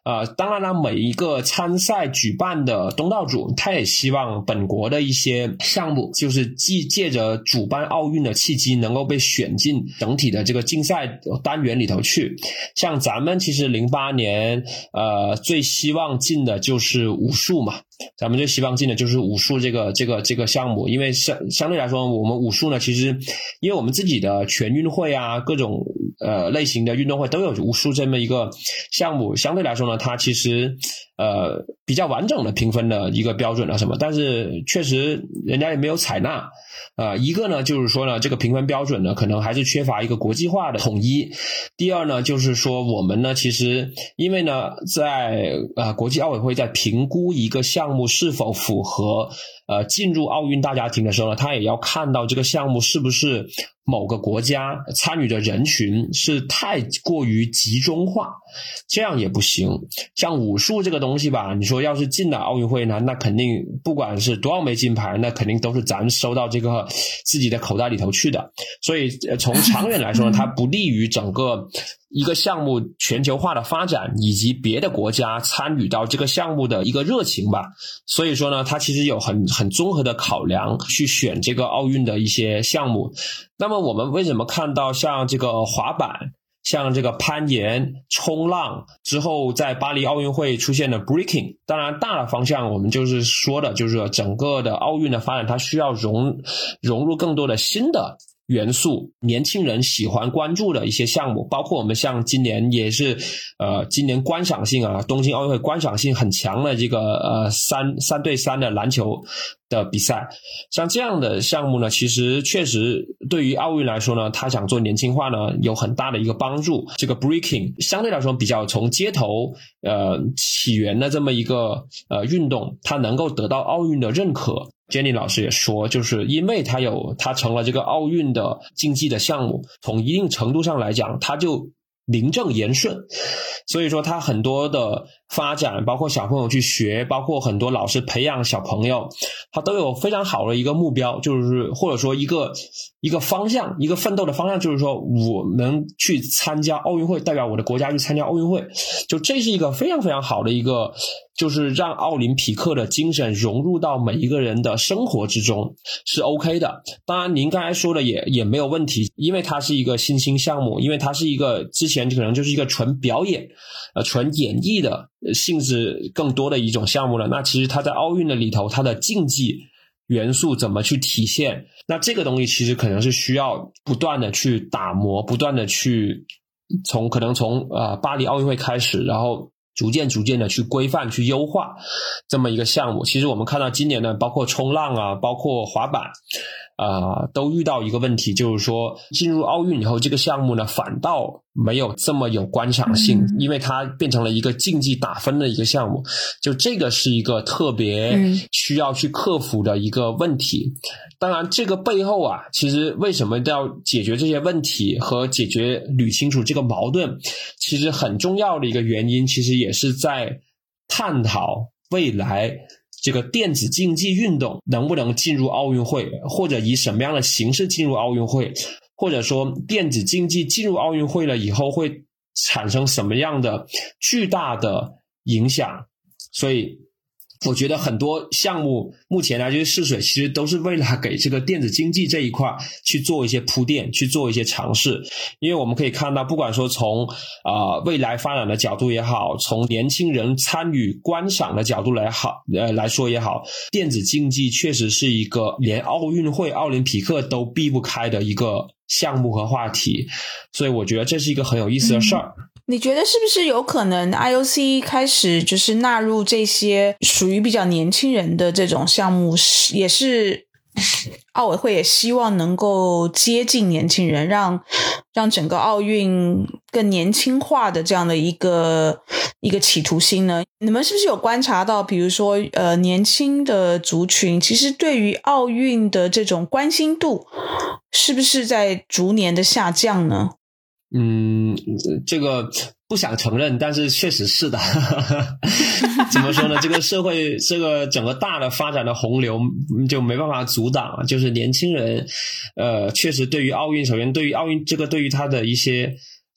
呃，当然了，每一个参赛举办的东道主，他也希望本国的一些项目，就是借借着主办奥运的契机，能够被选进整体的这个竞赛单元里头去。像咱们其实零八年，呃，最希望进的就是武术嘛。咱们最希望进的就是武术这个这个这个项目，因为相相对来说，我们武术呢，其实因为我们自己的全运会啊，各种呃类型的运动会都有武术这么一个项目，相对来说呢，它其实呃比较完整的评分的一个标准啊什么，但是确实人家也没有采纳。呃，一个呢就是说呢，这个评分标准呢可能还是缺乏一个国际化的统一。第二呢就是说我们呢其实因为呢在呃国际奥委会在评估一个项目是否符合呃进入奥运大家庭的时候呢，他也要看到这个项目是不是某个国家参与的人群是太过于集中化，这样也不行。像武术这个东西吧，你说要是进了奥运会呢，那肯定不管是多少枚金牌，那肯定都是咱收到这个自己的口袋里头去的。所以从长远来说呢，它不利于整个一个项目全球化的发展，以及别的国家参与到这个项目的一个热情吧。所以说呢，它其实有很很综合的考量去选这个奥运的一些项目。那么我们为什么看到像这个滑板，像这个攀岩、冲浪之后在巴黎奥运会出现的 breaking， 当然大的方向我们就是说的就是整个的奥运的发展它需要融融入更多的新的元素，年轻人喜欢关注的一些项目，包括我们像今年也是呃今年观赏性啊，东京奥运会观赏性很强的这个呃三三对三的篮球的比赛，像这样的项目呢，其实确实对于奥运来说呢，他想做年轻化呢有很大的一个帮助。这个 breaking 相对来说比较从街头呃起源的这么一个呃运动，它能够得到奥运的认可。Jenny 老师也说，就是因为它有它成了这个奥运的竞技的项目，从一定程度上来讲，它就名正言顺。所以说它很多的发展，包括小朋友去学，包括很多老师培养小朋友，它都有非常好的一个目标，就是或者说一个一个方向，一个奋斗的方向，就是说我们去参加奥运会，代表我的国家去参加奥运会，就这是一个非常非常好的一个，就是让奥林匹克的精神融入到每一个人的生活之中是 OK 的。当然您刚才说的也也没有问题，因为它是一个新兴项目，因为它是一个之前可能就是一个纯表演呃纯演绎的性质更多的一种项目了，那其实它在奥运的里头它的竞技元素怎么去体现，那这个东西其实可能是需要不断的去打磨，不断的去从可能从呃巴黎奥运会开始，然后逐渐逐渐的去规范去优化这么一个项目。其实我们看到今年呢，包括冲浪啊，包括滑板呃，都遇到一个问题，就是说进入奥运以后，这个项目呢反倒没有这么有观赏性，嗯、因为它变成了一个竞技打分的一个项目，就这个是一个特别需要去克服的一个问题。嗯、当然这个背后啊，其实为什么要解决这些问题和解决捋清楚这个矛盾，其实很重要的一个原因，其实也是在探讨未来这个电子竞技运动能不能进入奥运会，或者以什么样的形式进入奥运会，或者说电子竞技进入奥运会了以后会产生什么样的巨大的影响。所以我觉得很多项目目前来就是试水，其实都是为了给这个电子竞技这一块去做一些铺垫，去做一些尝试。因为我们可以看到，不管说从呃未来发展的角度也好，从年轻人参与观赏的角度来好呃来说也好，电子竞技确实是一个连奥运会、奥林匹克都避不开的一个项目和话题。所以我觉得这是一个很有意思的事儿。嗯， 你觉得是不是有可能 I O C 开始就是纳入这些属于比较年轻人的这种项目，也是奥委会也希望能够接近年轻人，让让整个奥运更年轻化的这样的一个一个企图心呢？你们是不是有观察到，比如说呃年轻的族群其实对于奥运的这种关心度是不是在逐年的下降呢？ 嗯，这个不想承认，但是确实是的。怎么说呢？这个社会，这个整个大的发展的洪流就没办法阻挡。就是年轻人，呃，确实对于奥运，首先对于奥运这个，对于他的一些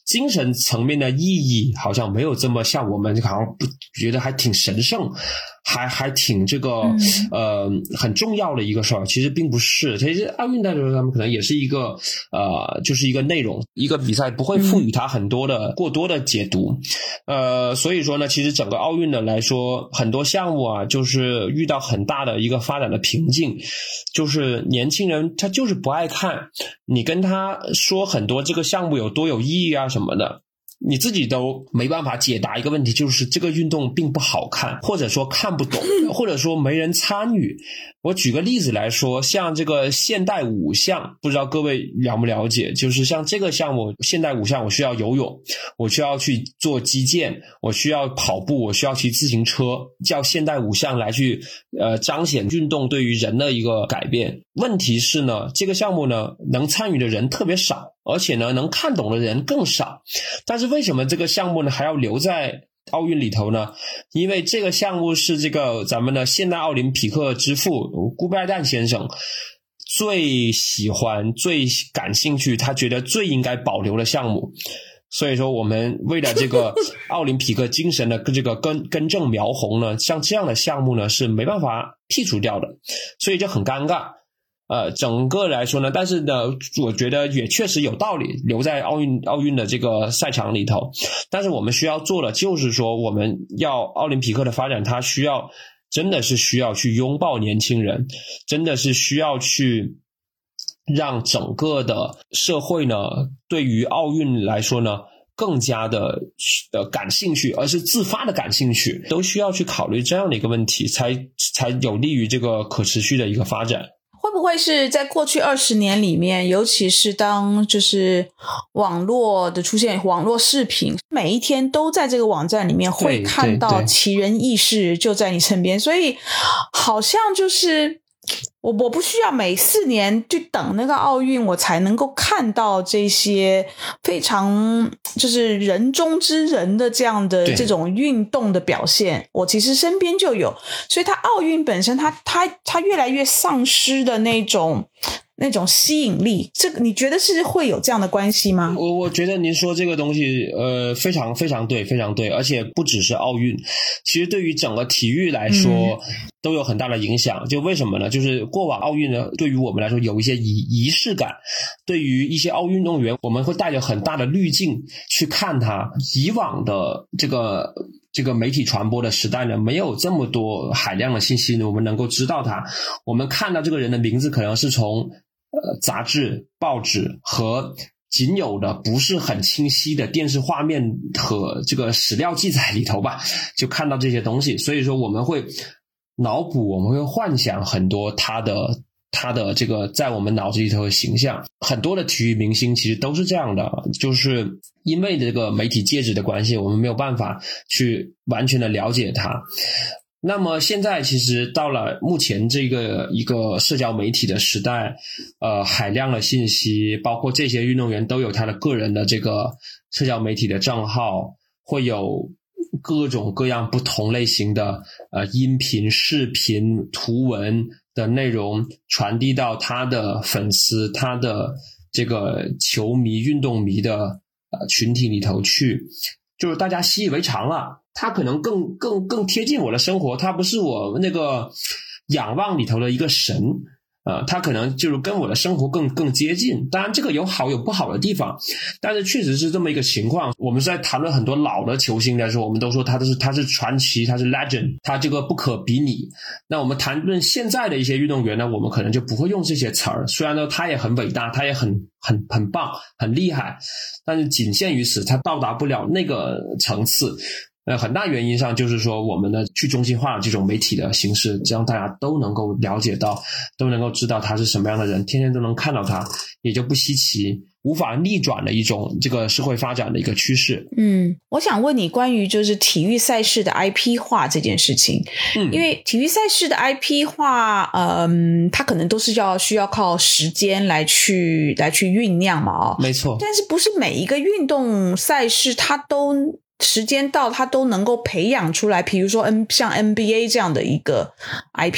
精神层面的意义好像没有这么像我们好像不觉得还挺神圣，还还挺这个、嗯、呃很重要的一个事儿，其实并不是。其实奥运来说，他们可能也是一个呃就是一个内容，一个比赛，不会赋予它很多的、嗯、过多的解读。呃，所以说呢，其实整个奥运的来说，很多项目啊，就是遇到很大的一个发展的瓶颈，就是年轻人他就是不爱看，你跟他说很多这个项目有多有意义啊什么的，你自己都没办法解答一个问题，就是这个运动并不好看，或者说看不懂，或者说没人参与。我举个例子来说，像这个现代五项，不知道各位了不了解，就是像这个项目现代五项，我需要游泳，我需要去做击剑，我需要跑步，我需要骑自行车，叫现代五项来去呃彰显运动对于人的一个改变。问题是呢，这个项目呢能参与的人特别少，而且呢能看懂的人更少。但是为什么这个项目呢还要留在奥运里头呢？因为这个项目是这个咱们的现代奥林匹克之父顾拜旦先生最喜欢最感兴趣，他觉得最应该保留的项目。所以说我们为了这个奥林匹克精神的这个根根正苗红呢，像这样的项目呢是没办法剔除掉的，所以就很尴尬。呃，整个来说呢，但是呢，我觉得也确实有道理，留在奥运奥运的这个赛场里头。但是我们需要做的就是说，我们要奥林匹克的发展，它需要真的是需要去拥抱年轻人，真的是需要去让整个的社会呢，对于奥运来说呢，更加的呃感兴趣，而是自发的感兴趣，都需要去考虑这样的一个问题，才才有利于这个可持续的一个发展。 会不会是在过去二十年里面，尤其是当就是网络的出现，网络视频每一天都在这个网站里面会看到奇人异事就在你身边，所以好像就是我我不需要每四年去等那个奥运我才能够看到这些非常就是人中之人的这样的这种运动的表现，我其实身边就有，所以它奥运本身它它它越来越丧失的那种那种吸引力，这个你觉得是会有这样的关系吗？ 我我觉得您说这个东西呃非常非常对，非常对，而且不只是奥运，其实对于整个体育来说、嗯、都有很大的影响。就为什么呢？就是过往奥运呢，对于我们来说有一些仪仪式感，对于一些奥运动员我们会带着很大的滤镜去看他。以往的这个这个媒体传播的时代呢，没有这么多海量的信息呢，我们能够知道他，我们看到这个人的名字可能是从呃，杂志、报纸和仅有的不是很清晰的电视画面和这个史料记载里头吧，就看到这些东西。所以说我们会脑补，我们会幻想很多他的他的这个在我们脑子里头的形象。很多的体育明星其实都是这样的，就是因为这个媒体介质的关系，我们没有办法去完全的了解他。那么现在其实到了目前这个一个社交媒体的时代，呃，海量的信息，包括这些运动员都有他的个人的这个社交媒体的账号，会有各种各样不同类型的呃音频、视频、图文的内容传递到他的粉丝、他的这个球迷、运动迷的呃群体里头去，就是大家习以为常了。他可能更更更贴近我的生活，他不是我那个仰望里头的一个神，呃，他可能就是跟我的生活更更接近。当然这个有好有不好的地方，但是确实是这么一个情况。我们在谈论很多老的球星的时候，我们都说他是他是传奇，他是 legend， 他这个不可比拟。那我们谈论现在的一些运动员呢，我们可能就不会用这些词儿。虽然呢他也很伟大，他也很很很棒很厉害，但是仅限于此，他到达不了那个层次。呃，很大原因上就是说我们的去中心化的这种媒体的形式，让大家都能够了解到，都能够知道他是什么样的人，天天都能看到他，也就不稀奇，无法逆转的一种这个社会发展的一个趋势。 嗯，我想问你关于就是体育赛事的 I P 化这件事情。嗯，因为体育赛事的 I P 化，嗯，它可能都是要需要靠时间来去来去酝酿嘛，哦， 没错。 但是不是每一个运动赛事它都时间到它都能够培养出来，比如说 N 像 N B A 这样的一个 I P，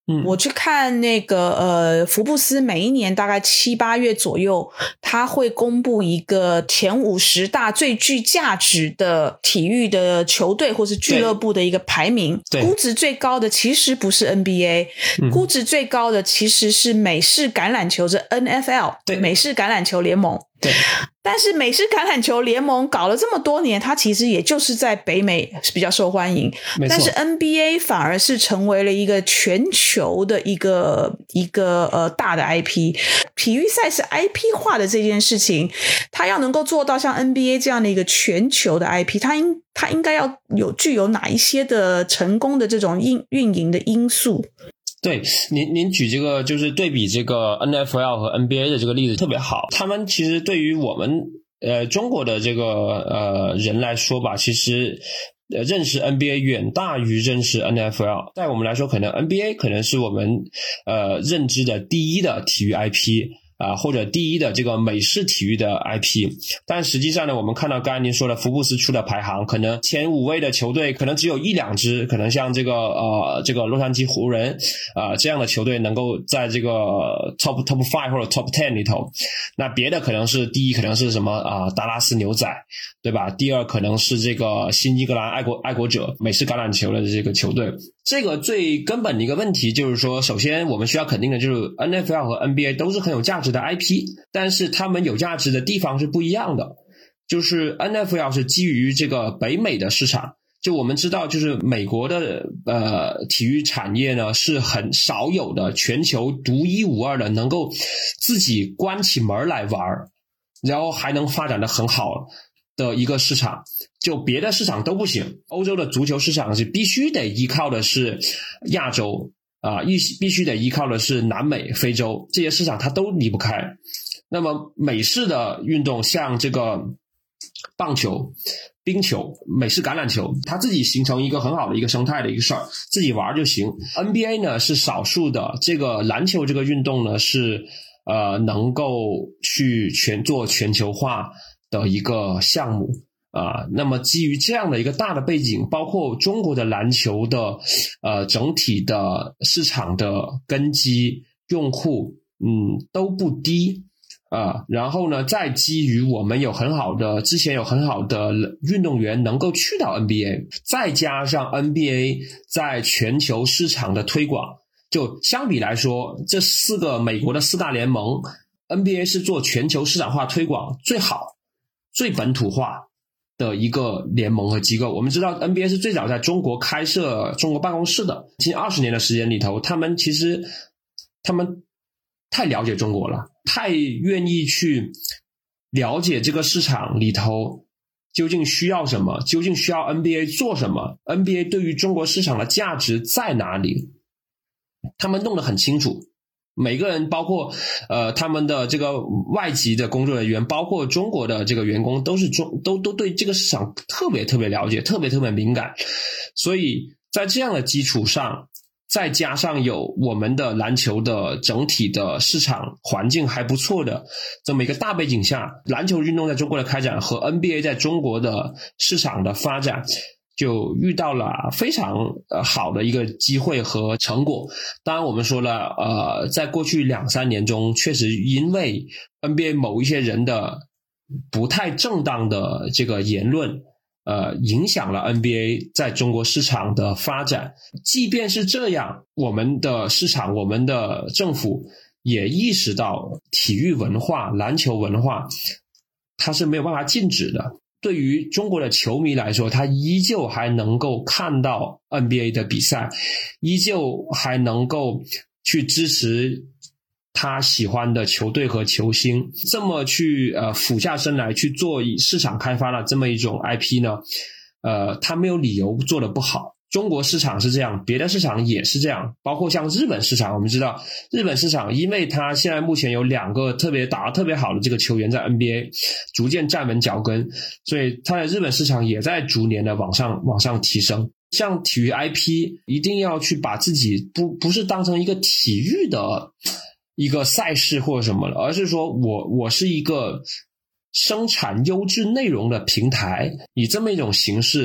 嗯， 我去看那个呃，福布斯每一年大概七八月左右，他会公布一个前五十大最具价值的体育的球队或是俱乐部的一个排名。估值最高的其实不是 N B A，、嗯、估值最高的其实是美式橄榄球，是 N F L， 对，美式橄榄球联盟。 对， 但是美式橄榄球联盟搞了这么多年，它其实也就是在北美比较受欢迎，但是 N B A 反而是成为了一个全球的一个一个呃大的 I P。 体育赛事 I P 化的这件事情，它要能够做到像 N B A 这样的一个全球的 I P， 它应它应该要有具有哪一些的成功的这种运运营的因素？ 对，您您举这个就是对比这个 N F L 和 N B A 的这个例子特别好。他们其实对于我们呃中国的这个呃人来说吧，其实呃认识 N B A 远大于认识 N F L。在我们来说，可能 N B A 可能是我们呃认知的第一的体育 I P。啊，或者第一的这个美式体育的 I P， 但实际上呢，我们看到刚才您说的福布斯出的排行，可能前五位的球队可能只有一两支，可能像这个呃这个洛杉矶湖人啊、呃、这样的球队能够在这个 top top five 或者 top ten 里头，那别的可能是第一可能是什么啊、呃、达拉斯牛仔，对吧？第二可能是这个新英格兰爱国爱国者美式橄榄球的这个球队。这个最根本的一个问题就是说，首先我们需要肯定的就是 N F L 和 N B A 都是很有价值的 I P， 但是他们有价值的地方是不一样的。就是 N F L 是基于这个北美的市场，就我们知道就是美国的呃体育产业呢是很少有的全球独一无二的能够自己关起门来玩，然后还能发展得很好的一个市场，就别的市场都不行。欧洲的足球市场是必须得依靠的是亚洲啊，必必须得依靠的是南美、非洲，这些市场它都离不开。那么美式的运动，像这个棒球、冰球、美式橄榄球，它自己形成一个很好的一个生态的一个事儿，自己玩就行。N B A 呢是少数的，这个篮球这个运动呢是呃能够去全做全球化的一个项目啊、呃，那么基于这样的一个大的背景，包括中国的篮球的呃整体的市场的根基用户嗯都不低啊、呃，然后呢再基于我们有很好的之前有很好的运动员能够去到 N B A， 再加上 N B A 在全球市场的推广，就相比来说这四个美国的四大联盟 N B A 是做全球市场化推广最好最本土化的一个联盟和机构。我们知道 N B A 是最早在中国开设中国办公室的，近二十年的时间里头，他们其实他们太了解中国了，太愿意去了解这个市场里头究竟需要什么，究竟需要 N B A 做什么， N B A 对于中国市场的价值在哪里，他们弄得很清楚。每个人包括呃他们的这个外籍的工作人员，包括中国的这个员工，都是中都都对这个市场特别特别了解，特别特别敏感。所以在这样的基础上，再加上有我们的篮球的整体的市场环境还不错的这么一个大背景下，篮球运动在中国的开展和 N B A 在中国的市场的发展就遇到了非常呃好的一个机会和成果。当然我们说了呃在过去两三年中，确实因为 N B A 某一些人的不太正当的这个言论呃影响了 N B A 在中国市场的发展。即便是这样，我们的市场我们的政府也意识到体育文化篮球文化它是没有办法禁止的。对于中国的球迷来说，他依旧还能够看到 N B A 的比赛，依旧还能够去支持他喜欢的球队和球星，这么去呃俯下身来去做市场开发的这么一种 I P 呢，呃，他没有理由做得不好。中国市场是这样，别的市场也是这样，包括像日本市场，我们知道日本市场因为它现在目前有两个特别打得特别好的这个球员在 N B A 逐渐站稳脚跟，所以它的日本市场也在逐年的往上往上提升。像体育 I P 一定要去把自己不不是当成一个体育的一个赛事或者什么了，而是说我我是一个生产优质内容的平台，以这么一种形式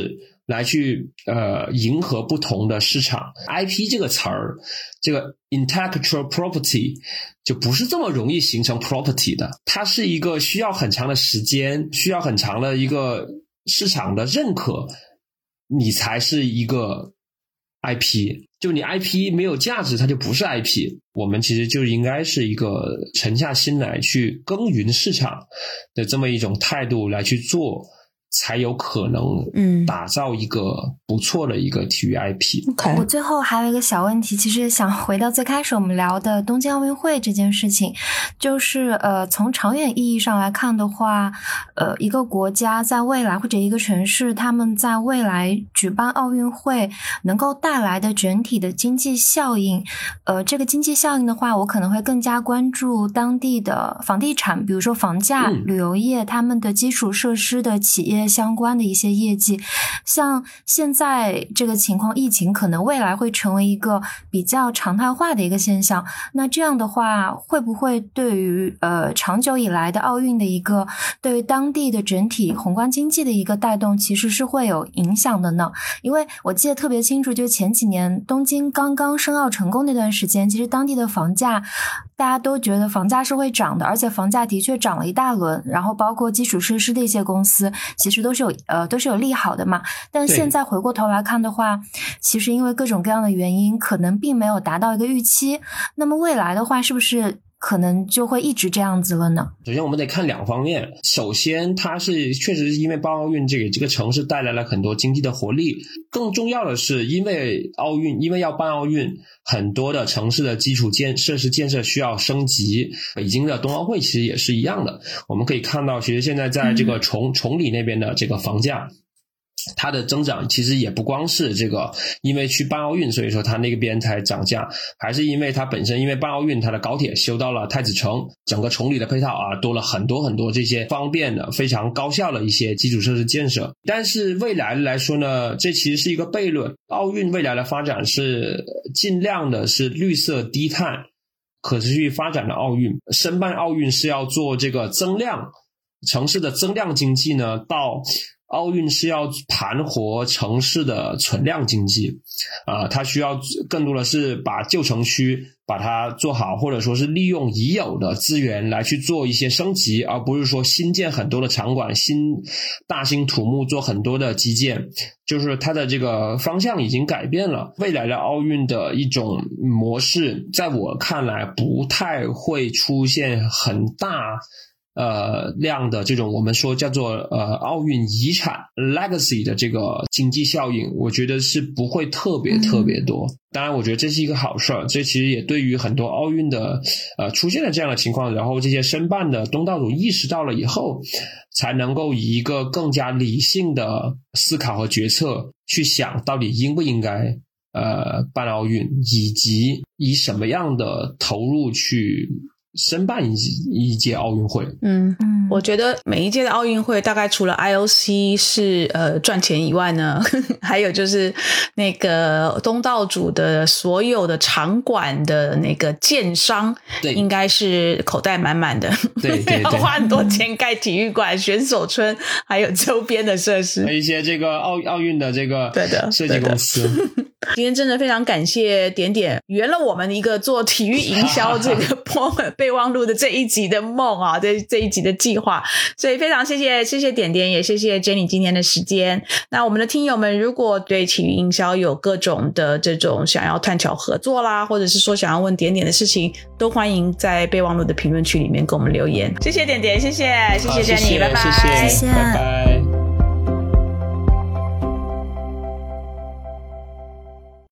来去呃迎合不同的市场。 I P 这个词儿，这个 intellectual property 就不是这么容易形成 property 的，它是一个需要很长的时间，需要很长的一个市场的认可，你才是一个 I P。 就你 I P 没有价值，它就不是 I P。 我们其实就应该是一个沉下心来去耕耘市场的这么一种态度来去做，才有可能嗯打造一个不错的一个体育 I P。 我最后还有一个小问题，其实想回到最开始我们聊的东京奥运会这件事情，就是呃从长远意义上来看的话，呃一个国家在未来或者一个城市他们在未来举办奥运会能够带来的整体的经济效应，呃这个经济效应的话，我可能会更加关注当地的房地产，比如说房价、嗯、旅游业，他们的基础设施的企业相关的一些业绩。像现在这个情况，疫情可能未来会成为一个比较常态化的一个现象，那这样的话会不会对于呃长久以来的奥运的一个对于当地的整体宏观经济的一个带动其实是会有影响的呢？因为我记得特别清楚，就前几年东京刚刚申奥成功那段时间，其实当地的房价大家都觉得房价是会涨的，而且房价的确涨了一大轮，然后包括基础设施的一些公司其实都是有呃都是有利好的嘛。但现在回过头来看的话，其实因为各种各样的原因可能并没有达到一个预期，那么未来的话是不是可能就会一直这样子了呢？ 首先我们得看两方面，首先它是确实是因为办奥运这个这个城市带来了很多经济的活力，更重要的是因为奥运因为要办奥运，很多的城市的基础建设施建设需要升级，北京的冬奥会其实也是一样的。我们可以看到其实现在在这个崇崇礼那边的这个房价，它的增长其实也不光是这个因为去办奥运所以说它那个边才涨价，还是因为它本身因为办奥运它的高铁修到了太子城，整个崇礼的配套啊多了很多很多这些方便的非常高效的一些基础设施建设。但是未来来说呢，这其实是一个悖论，奥运未来的发展是尽量的是绿色低碳可持续发展的奥运，申办奥运是要做这个增量城市的增量经济呢，到奥运是要盘活城市的存量经济啊、呃，它需要更多的是把旧城区把它做好，或者说是利用已有的资源来去做一些升级，而不是说新建很多的场馆，新大兴土木做很多的基建，就是它的这个方向已经改变了。未来的奥运的一种模式在我看来不太会出现很大呃量的这种我们说叫做呃奥运遗产 legacy 的这个经济效应，我觉得是不会特别特别多。嗯、当然我觉得这是一个好事儿，这其实也对于很多奥运的呃出现了这样的情况，然后这些申办的东道主意识到了以后，才能够以一个更加理性的思考和决策去想到底应不应该呃办奥运，以及以什么样的投入去申办一一届奥运会。 嗯，我觉得每一届的奥运会大概除了 I O C 是呃赚钱以外呢，还有就是那个东道主的所有的场馆的那个建商，对，应该是口袋满满的， 对对对， 要花很多钱盖体育馆、选手村，还有周边的设施， 还有一些这个奥奥运的这个对的设计公司。 今天真的非常感谢点点圆了我们一个做体育营销这个备忘录的这一集的梦啊，这这一集的计划，所以非常谢谢谢谢点点，也谢谢 Jenny 今天的时间。那我们的听友们如果对体育营销有各种的这种想要探讨合作啦，或者是说想要问点点的事情，都欢迎在备忘录的评论区里面给我们留言。谢谢点点，谢谢谢谢 Jenny， 拜拜， 谢谢，拜拜。